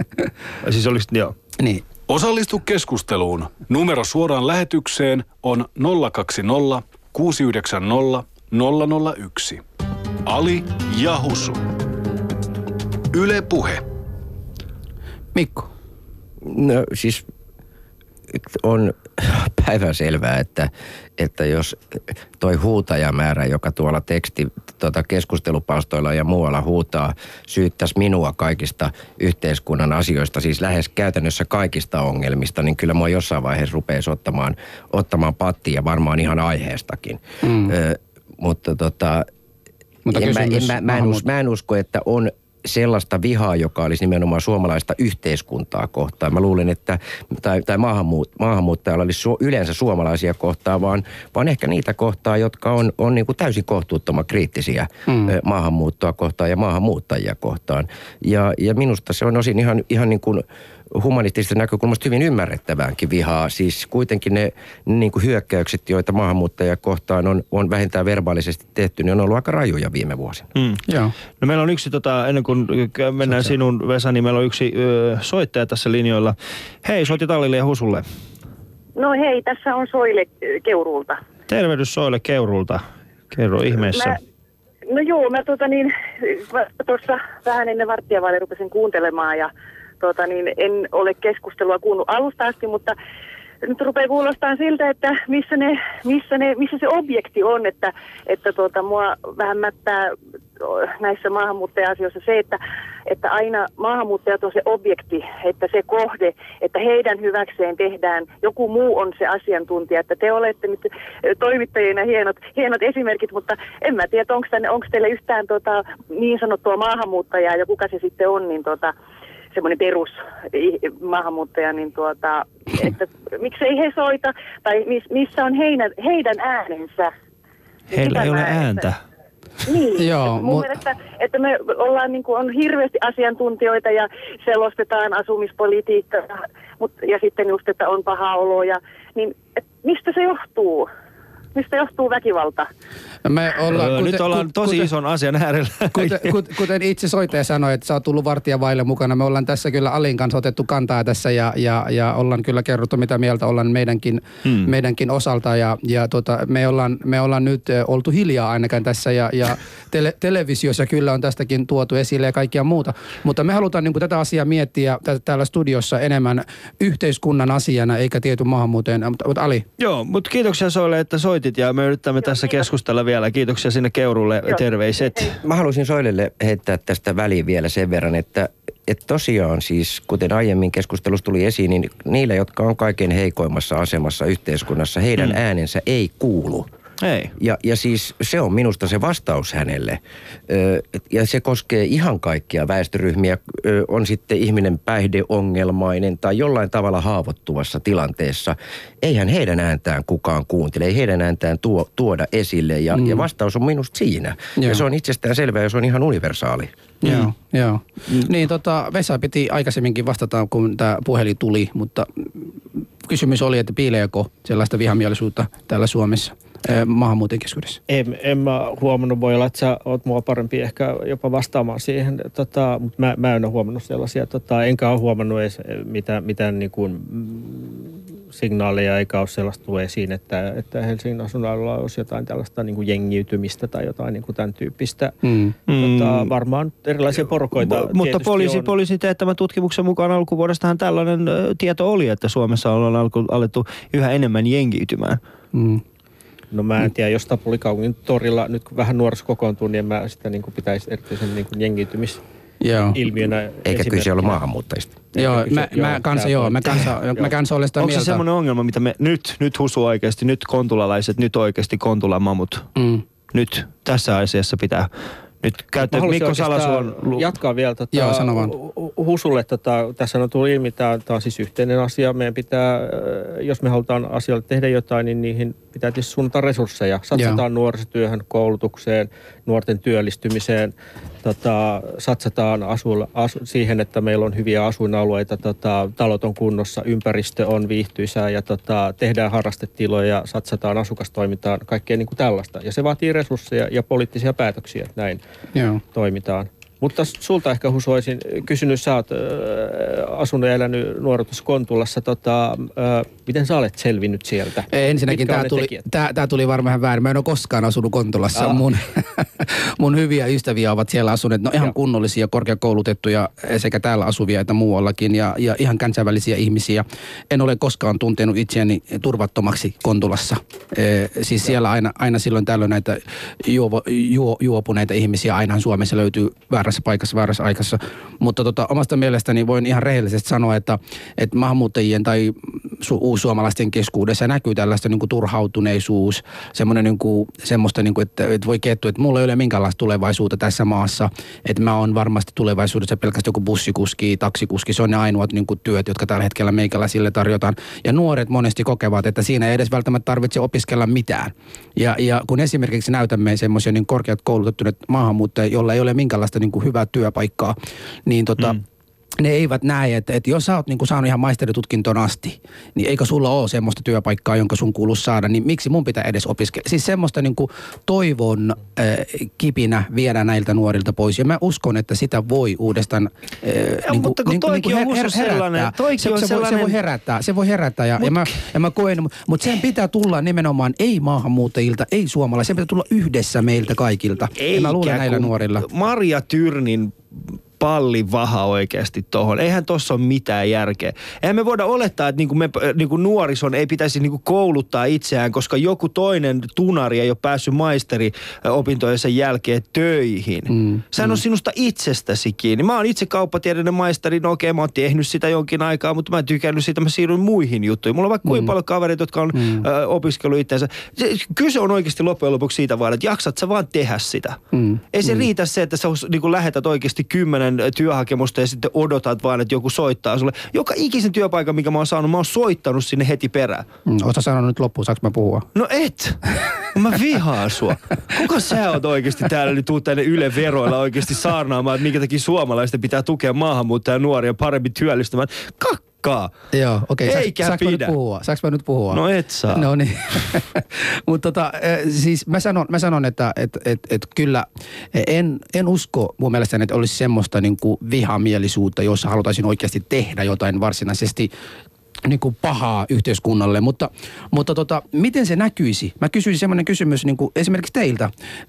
Siis olisi, joo. Niin. Osallistu keskusteluun. Numero suoraan lähetykseen on nolla kaksi nolla kuusi yhdeksän nolla nolla nolla yksi. Ali ja Husu. Yle Puhe. Mikko. No siis on päivänselvää, että, että jos toi huutajamäärä, joka tuolla teksti tuota keskustelupalstoilla ja muualla huutaa, syyttäisi minua kaikista yhteiskunnan asioista, siis lähes käytännössä kaikista ongelmista, niin kyllä mua jossain vaiheessa rupeaisi ottamaan, ottamaan pattia ja varmaan ihan aiheestakin. Mm. Ö, mutta tota, mutta en mä, en, mä, mä, en usko, mä en usko, että on sellaista vihaa, joka olisi nimenomaan suomalaista yhteiskuntaa kohtaan. Mä luulen, että tai, tai maahanmuut, maahanmuuttajalla olisi su, yleensä suomalaisia kohtaan, vaan, vaan ehkä niitä kohtaa, jotka on, on niin kuin täysin kohtuuttoman kriittisiä mm. maahanmuuttoa kohtaan ja maahanmuuttajia kohtaan. Ja, ja minusta se on osin ihan, ihan niin kuin humanistisesta näkökulmasta hyvin ymmärrettäväänkin vihaa. Siis kuitenkin ne niin kuin hyökkäykset, joita maahanmuuttajia kohtaan on, on vähintään verbaalisesti tehty, niin on ollut aika rajuja viime vuosina. Mm. Joo. No meillä on yksi, tota, ennen kuin mennään Soittaa. sinun, Vesa, niin meillä on yksi ö, soittaja tässä linjoilla. Hei, soitit Allille ja Husulle. No hei, tässä on Soile Keuruulta. Tervehdys Soile Keuruulta. Kerro ihmeessä. Mä, no joo, mä tota niin, tuossa vähän ennen varttiavaille rupesin kuuntelemaan ja Tota niin, en ole keskustelua kuunnut alusta asti, mutta nyt rupeaa kuulostaa siltä, että missä, ne, missä, ne, missä se objekti on, että, että tuota, mua vähän mättää näissä maahanmuuttaja-asioissa se, että, että aina maahanmuuttajat on se objekti, että se kohde, että heidän hyväkseen tehdään, joku muu on se asiantuntija, että te olette nyt toimittajina hienot, hienot esimerkit, mutta en mä tiedä, onko, tänne, onko teille yhtään tota, niin sanottua maahanmuuttajaa ja kuka se sitten on, niin tota, semmoinen perus maahanmuuttaja, niin tuota, että miksei he soita, tai miss, missä on heidän, heidän äänensä. Heillä ei ole ääntä. Niin, Joo, mun mu- mielestä, että me ollaan niin kuin, on hirveästi asiantuntijoita ja selostetaan asumispolitiikkaa, mutta, ja sitten just, että on paha olo, ja, niin et, mistä se johtuu? Mistä johtuu väkivalta? Me ollaan, öö, kuten, nyt ollaan tosi kuten, ison asian äärellä. Kuten, kuten itse soittaja sanoi, että sä oot tullut vartija vaille mukana. Me ollaan tässä kyllä Alin kanssa otettu kantaa tässä ja, ja, ja ollaan kyllä kerrottu, mitä mieltä ollaan meidänkin, hmm. meidänkin osalta. Ja, ja tota, me, ollaan, me ollaan nyt oltu hiljaa ainakaan tässä ja, ja tele, televisiossa kyllä on tästäkin tuotu esille ja kaikkia muuta. Mutta me halutaan niin kuin tätä asiaa miettiä täällä studiossa enemmän yhteiskunnan asiana eikä tietty maahanmuuteen. Mutta, mutta Ali. Joo, mutta kiitoksia Soille, että soitit ja me yritämme tässä keskustella vielä. Kiitoksia sinne Keurulle. Terveiset. Mä haluaisin Soilelle heittää tästä väliin vielä sen verran, että, että tosiaan siis, kuten aiemmin keskustelussa tuli esiin, niin niillä, jotka on kaikkein heikoimmassa asemassa yhteiskunnassa, heidän mm. äänensä ei kuulu. Ei. Ja, ja siis se on minusta se vastaus hänelle. Ö, ja se koskee ihan kaikkia väestöryhmiä. Ö, on sitten ihminen päihdeongelmainen tai jollain tavalla haavoittuvassa tilanteessa. Eihän heidän ääntään kukaan kuuntele, ei heidän ääntään tuo, tuoda esille. Ja, mm. ja vastaus on minusta siinä. Joo. Ja se on itsestään selvä ja se on ihan universaali. Mm. Joo, joo. Mm. Niin tota, Vesa piti aikaisemminkin vastata, kun tämä puhelin tuli, mutta kysymys oli, että piileekö sellaista vihamielisuutta täällä Suomessa? Maahanmuutin keskuudessa? En, en mä huomannut, voi olla, että sä oot mua parempi ehkä jopa vastaamaan siihen, tota, mutta mä, mä en ole huomannut sellaisia, tota, enkä ole huomannut edes mitään, mitään niin kuin, signaaleja, eikä ole sellaista tulee esiin, että, että Helsingin asunnalla olisi jotain tällaista niin kuin jengiytymistä tai jotain niin kuin tämän tyyppistä. Mm. Tota, varmaan erilaisia porukoita M- Mutta poliisi, poliisin teettämän tutkimuksen mukaan alkuvuodestahan tällainen ö, tieto oli, että Suomessa ollaan alku, alettu yhä enemmän jengiytymään. Mm. No mä en tiedä, jos Tapuli kaupungin torilla nyt vähän nuoriso kokoontuu, niin en mä sitä niin kuin pitäisi erityisen niin kuin jengiytymisilmiönä. Eikä kyse ollut maahanmuuttajista. Joo, kyse, mä, joo, mä kanssa joo, mä kanssa, mä kanssa olen sitä Onko mieltä. se semmoinen ongelma, mitä me nyt, nyt husu oikeasti, nyt kontulalaiset, nyt oikeasti Kontulan mamut, mm. nyt tässä asiassa pitää... Nyt käyttää Mikko Salasuon... Jatkaa vielä tota, Joo, sano vaan. Husulle. Tota, tässä on tullut ilmi, tämä on siis yhteinen asia. Meidän pitää, jos me halutaan asioille tehdä jotain, niin niihin pitää tietysti suunnata resursseja. Satsataan Joo. nuorisotyöhön, koulutukseen, nuorten työllistymiseen. Tota, satsataan asuilla, asu, siihen, että meillä on hyviä asuinalueita, tota, talot on kunnossa, ympäristö on viihtyisää ja tota, tehdään harrastetiloja, satsataan asukastoimintaan, kaikkea niin kuin tällaista. Ja se vaatii resursseja ja poliittisia päätöksiä, että näin Joo. toimitaan. Mutta sulta ehkä Husu olisin kysynyt, sä oot äh, asunut ja elänyt nuoruudessa Kontulassa, tota, äh, miten sä olet selvinnyt sieltä? Ensinnäkin tämä tuli, tää, tää tuli varmaan väärin. Mä en ole koskaan asunut Kontulassa. Ah. Mun, mun hyviä ystäviä ovat siellä asuneet. No ihan ja. kunnollisia, korkeakoulutettuja sekä täällä asuvia että muuallakin ja, ja ihan kansainvälisiä ihmisiä. En ole koskaan tuntenut itseäni turvattomaksi Kontulassa. E, siis ja. siellä aina, aina silloin tällöin näitä juo, juo, juopuneita ihmisiä aina Suomessa löytyy väärässä paikassa, väärässä aikassa. Mutta tota, omasta mielestäni voin ihan rehellisesti sanoa, että, että maahanmuuttajien tai su- uussuomalaisten keskuudessa näkyy tällaista niin kuin turhautuneisuus, semmoinen niin kuin, semmoista, niin kuin, että, että voi kettua, että mulla ei ole minkäänlaista tulevaisuutta tässä maassa, että mä oon varmasti tulevaisuudessa pelkästään joku bussikuski, taksikuski, se on ne ainoat niin kuin työt, jotka tällä hetkellä meikäläisille tarjotaan. Ja nuoret monesti kokevat, että siinä ei edes välttämättä tarvitse opiskella mitään. Ja, ja kun esimerkiksi näytämme semmoisia niin korkeat koulutettuneet maahanmuuttajia, joilla ei ole minkäänlaista niin kuin hyvää työpaikkaa, niin tota, mm. ne eivät näe, että, että jos sä oot niin kuin saanut ihan maisteritutkintoon asti, niin eikö sulla ole semmoista työpaikkaa, jonka sun kuuluisi saada, niin miksi mun pitää edes opiskella? Siis semmoista niin kuin toivon äh, kipinä viedä näiltä nuorilta pois. Ja mä uskon, että sitä voi uudestaan äh, ja, niin mutta kun niin, toikin niin on her- sellainen, toikin se, on se, sellainen... Voi, se voi herättää, se voi herättää ja, Mut... ja, mä, ja mä koen, mutta sen pitää tulla nimenomaan ei maahanmuuttajilta, ei suomalaisilla, sen pitää tulla yhdessä meiltä kaikilta. Eikä, ja mä luulen näillä nuorilla. Marja Tyrnin pallivaha oikeasti tohon. Eihän tossa ole mitään järkeä. Eihän me voida olettaa, että niinku me, niinku nuorison ei pitäisi niinku kouluttaa itseään, koska joku toinen tunari ei ole päässyt maisteriopintojensa jälkeen töihin. Mm, Sehän mm. on sinusta itsestäsi kiinni. Mä oon itse kauppatieteiden maisteri, no okei, mä oon tehnyt sitä jonkin aikaa, mutta mä en tykännyt siitä, mä siirryn muihin juttuihin. Mulla on vaikka mm. kuinka paljon kavereita, jotka on mm. ö, opiskellut itseänsä. Se, kyse on oikeasti loppujen lopuksi siitä vaan, että jaksat sä vaan tehdä sitä. Mm. Ei se mm. riitä se, että sä niinku lähetät oikeasti kymmenen työhakemusta ja sitten odotat vaan, että joku soittaa sulle. Joka ikisen työpaikan, mikä mä oon saanut, mä oon soittanut sinne heti perään. Mm, Oletko sanonut nyt loppuun, saanko mä puhua? No et! Mä vihaan sua. Kuka sä oot oikeasti täällä nyt tuu tänne Yle Veroilla oikeasti saarnaamaan, että minkä takia suomalaisten pitää tukea maahanmuuttajan nuoria paremmin työllistämään? Ka- pidäkään. Joo, okei. Okay. Eikä Saanko mä nyt pidä. puhua? Saanko mä nyt puhua? No et saa. No niin. Mutta tota, siis mä sanon, mä sanon että et, et, et kyllä en, en usko mun mielestäni, että olisi semmoista niin kuin vihamielisuutta, jossa halutaisiin oikeasti tehdä jotain varsinaisesti niin kuin pahaa yhteiskunnalle, mutta, mutta tota, miten se näkyisi? Mä kysyisin semmoinen kysymys niin kuin esimerkiksi teiltä. Ä,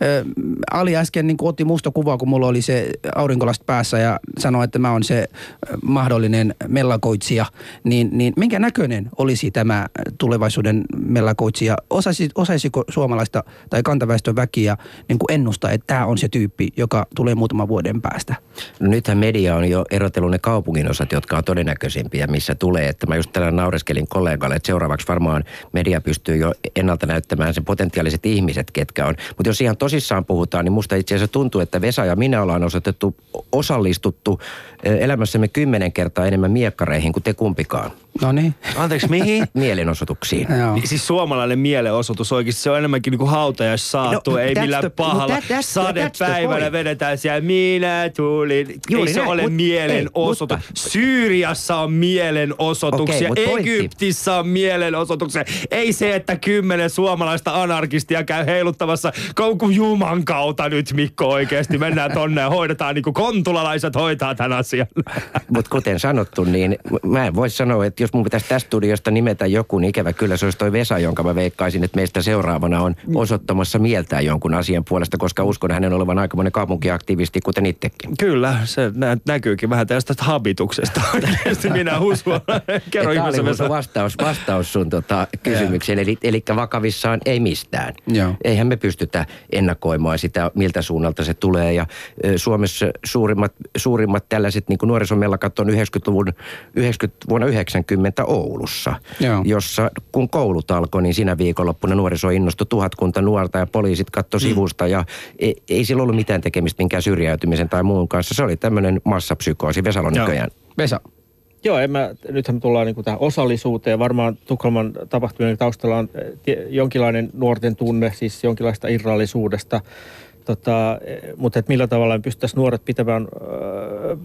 Ali äsken niin kuin otti musta kuvaa, kun mulla oli se aurinkolasta päässä ja sanoi, että mä oon se mahdollinen mellakoitsija. Niin, niin minkä näköinen olisi tämä tulevaisuuden mellakoitsija? Osaisi, osaisiko suomalaista tai kantaväestön väkiä niin kuin ennustaa, että tämä on se tyyppi, joka tulee muutaman vuoden päästä? No nythän media on jo erotellut ne kaupunginosat, jotka on todennäköisimpiä, missä tulee. Että mä just tällä naureskelin kollegalle, että seuraavaksi varmaan media pystyy jo ennalta näyttämään sen potentiaaliset ihmiset, ketkä on. Mutta jos ihan tosissaan puhutaan, niin musta itse asiassa tuntuu, että Vesa ja minä ollaan osoitettu, osallistuttu elämässämme kymmenen kertaa enemmän miekkareihin kuin te kumpikaan. No niin. Anteeksi, mihin? Mielenosoituksiin. Niin, siis suomalainen mielenosoitus oikeasti, se on enemmänkin niin kuin hautajaissaattu, no, ei millään the, pahalla. That, sadepäivänä vedetään siellä, minä tulin. Juuri ei se näin, ole mut, mielenosoitus. Ei, mutta, Syyriassa on mielenosoituksia, okay, Egyptissä on mielenosoituksia. Ei se, että kymmenen suomalaista anarkistia käy heiluttamassa koukun Juman kautta nyt, Mikko, oikeasti. Mennään tonne ja hoidetaan niin kuin kontulalaiset hoitaa tämän asian. Mutta kuten sanottu, niin mä en voi sanoa, että jos mun pitäisi tästä studiosta nimetä joku, niin ikävä kyllä se olisi toi Vesa, jonka mä veikkaisin, että meistä seuraavana on osoittamassa mieltään jonkun asian puolesta, koska uskon hänen olevan aikamoinen kaupunkiaktivisti, kuten itsekin. Kyllä, se nä- näkyykin vähän tästä habituksesta. Minä uskon. Kerro ihmeessä, Vesa. Vastaus, vastaus sun tota, kysymykseen, eli, eli vakavissaan ei mistään. Joo. Eihän me pystytä ennakoimaan sitä, miltä suunnalta se tulee. Ja ö, Suomessa suurimmat, suurimmat tällaiset niin kuin nuorisomellakat on yhdeksänkymmentäluvun, yhdeksänkymmentä, vuonna yhdeksänkymmentä Oulussa, Joo. jossa kun koulut alkoi, niin siinä viikonloppuna nuoriso innostui tuhatkunta nuorta ja poliisit katsoi mm. sivusta ja ei, ei sillä ollut mitään tekemistä minkään syrjäytymisen tai muun kanssa. Se oli tämmöinen massapsykoosi. Vesalo näköjään. Vesa. Joo, en mä, nythän me tullaan niin kuin tähän osallisuuteen. Varmaan Tukholman tapahtumien taustalla on jonkinlainen nuorten tunne, siis jonkinlaista irrallisuudesta. Tota, mutta et millä tavalla me pystyttäisiin nuoret pitämään, öö,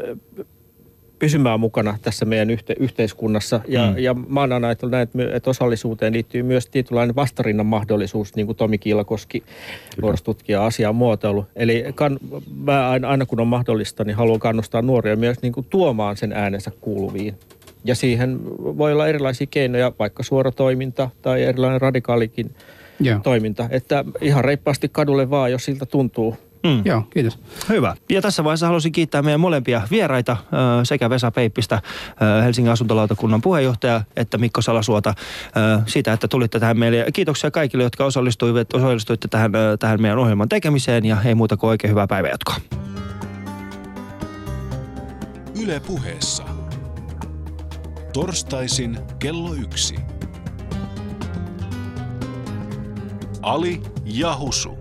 pysymään mukana tässä meidän yhte, yhteiskunnassa. Ja, mm. ja mä oon aina ajatellut näin, että, että osallisuuteen liittyy myös tietynlainen vastarinnan mahdollisuus, niin kuin Tomi Kiilakoski, nuorisotutkija, asiaa muotoilu. Eli kan, mä aina, aina kun on mahdollista, niin haluan kannustaa nuoria myös niin kuin tuomaan sen äänensä kuuluviin. Ja siihen voi olla erilaisia keinoja, vaikka suora toiminta tai erilainen radikaalikin Joo. toiminta. Että ihan reippaasti kadulle vaan, jos siltä tuntuu. Mm. Joo, kiitos. Hyvä. Ja tässä vaiheessa haluaisin kiittää meidän molempia vieraita, sekä Vesa Peippistä, Helsingin asuntolautakunnan puheenjohtaja, että Mikko Salasuota, siitä, että tulitte tähän meille. Kiitoksia kaikille, jotka osallistuivat, osallistuitte tähän, tähän meidän ohjelman tekemiseen, ja ei muuta kuin oikein hyvää päivänjatkoa. Yle Puheessa. Torstaisin kello yksi. Ali ja Husu.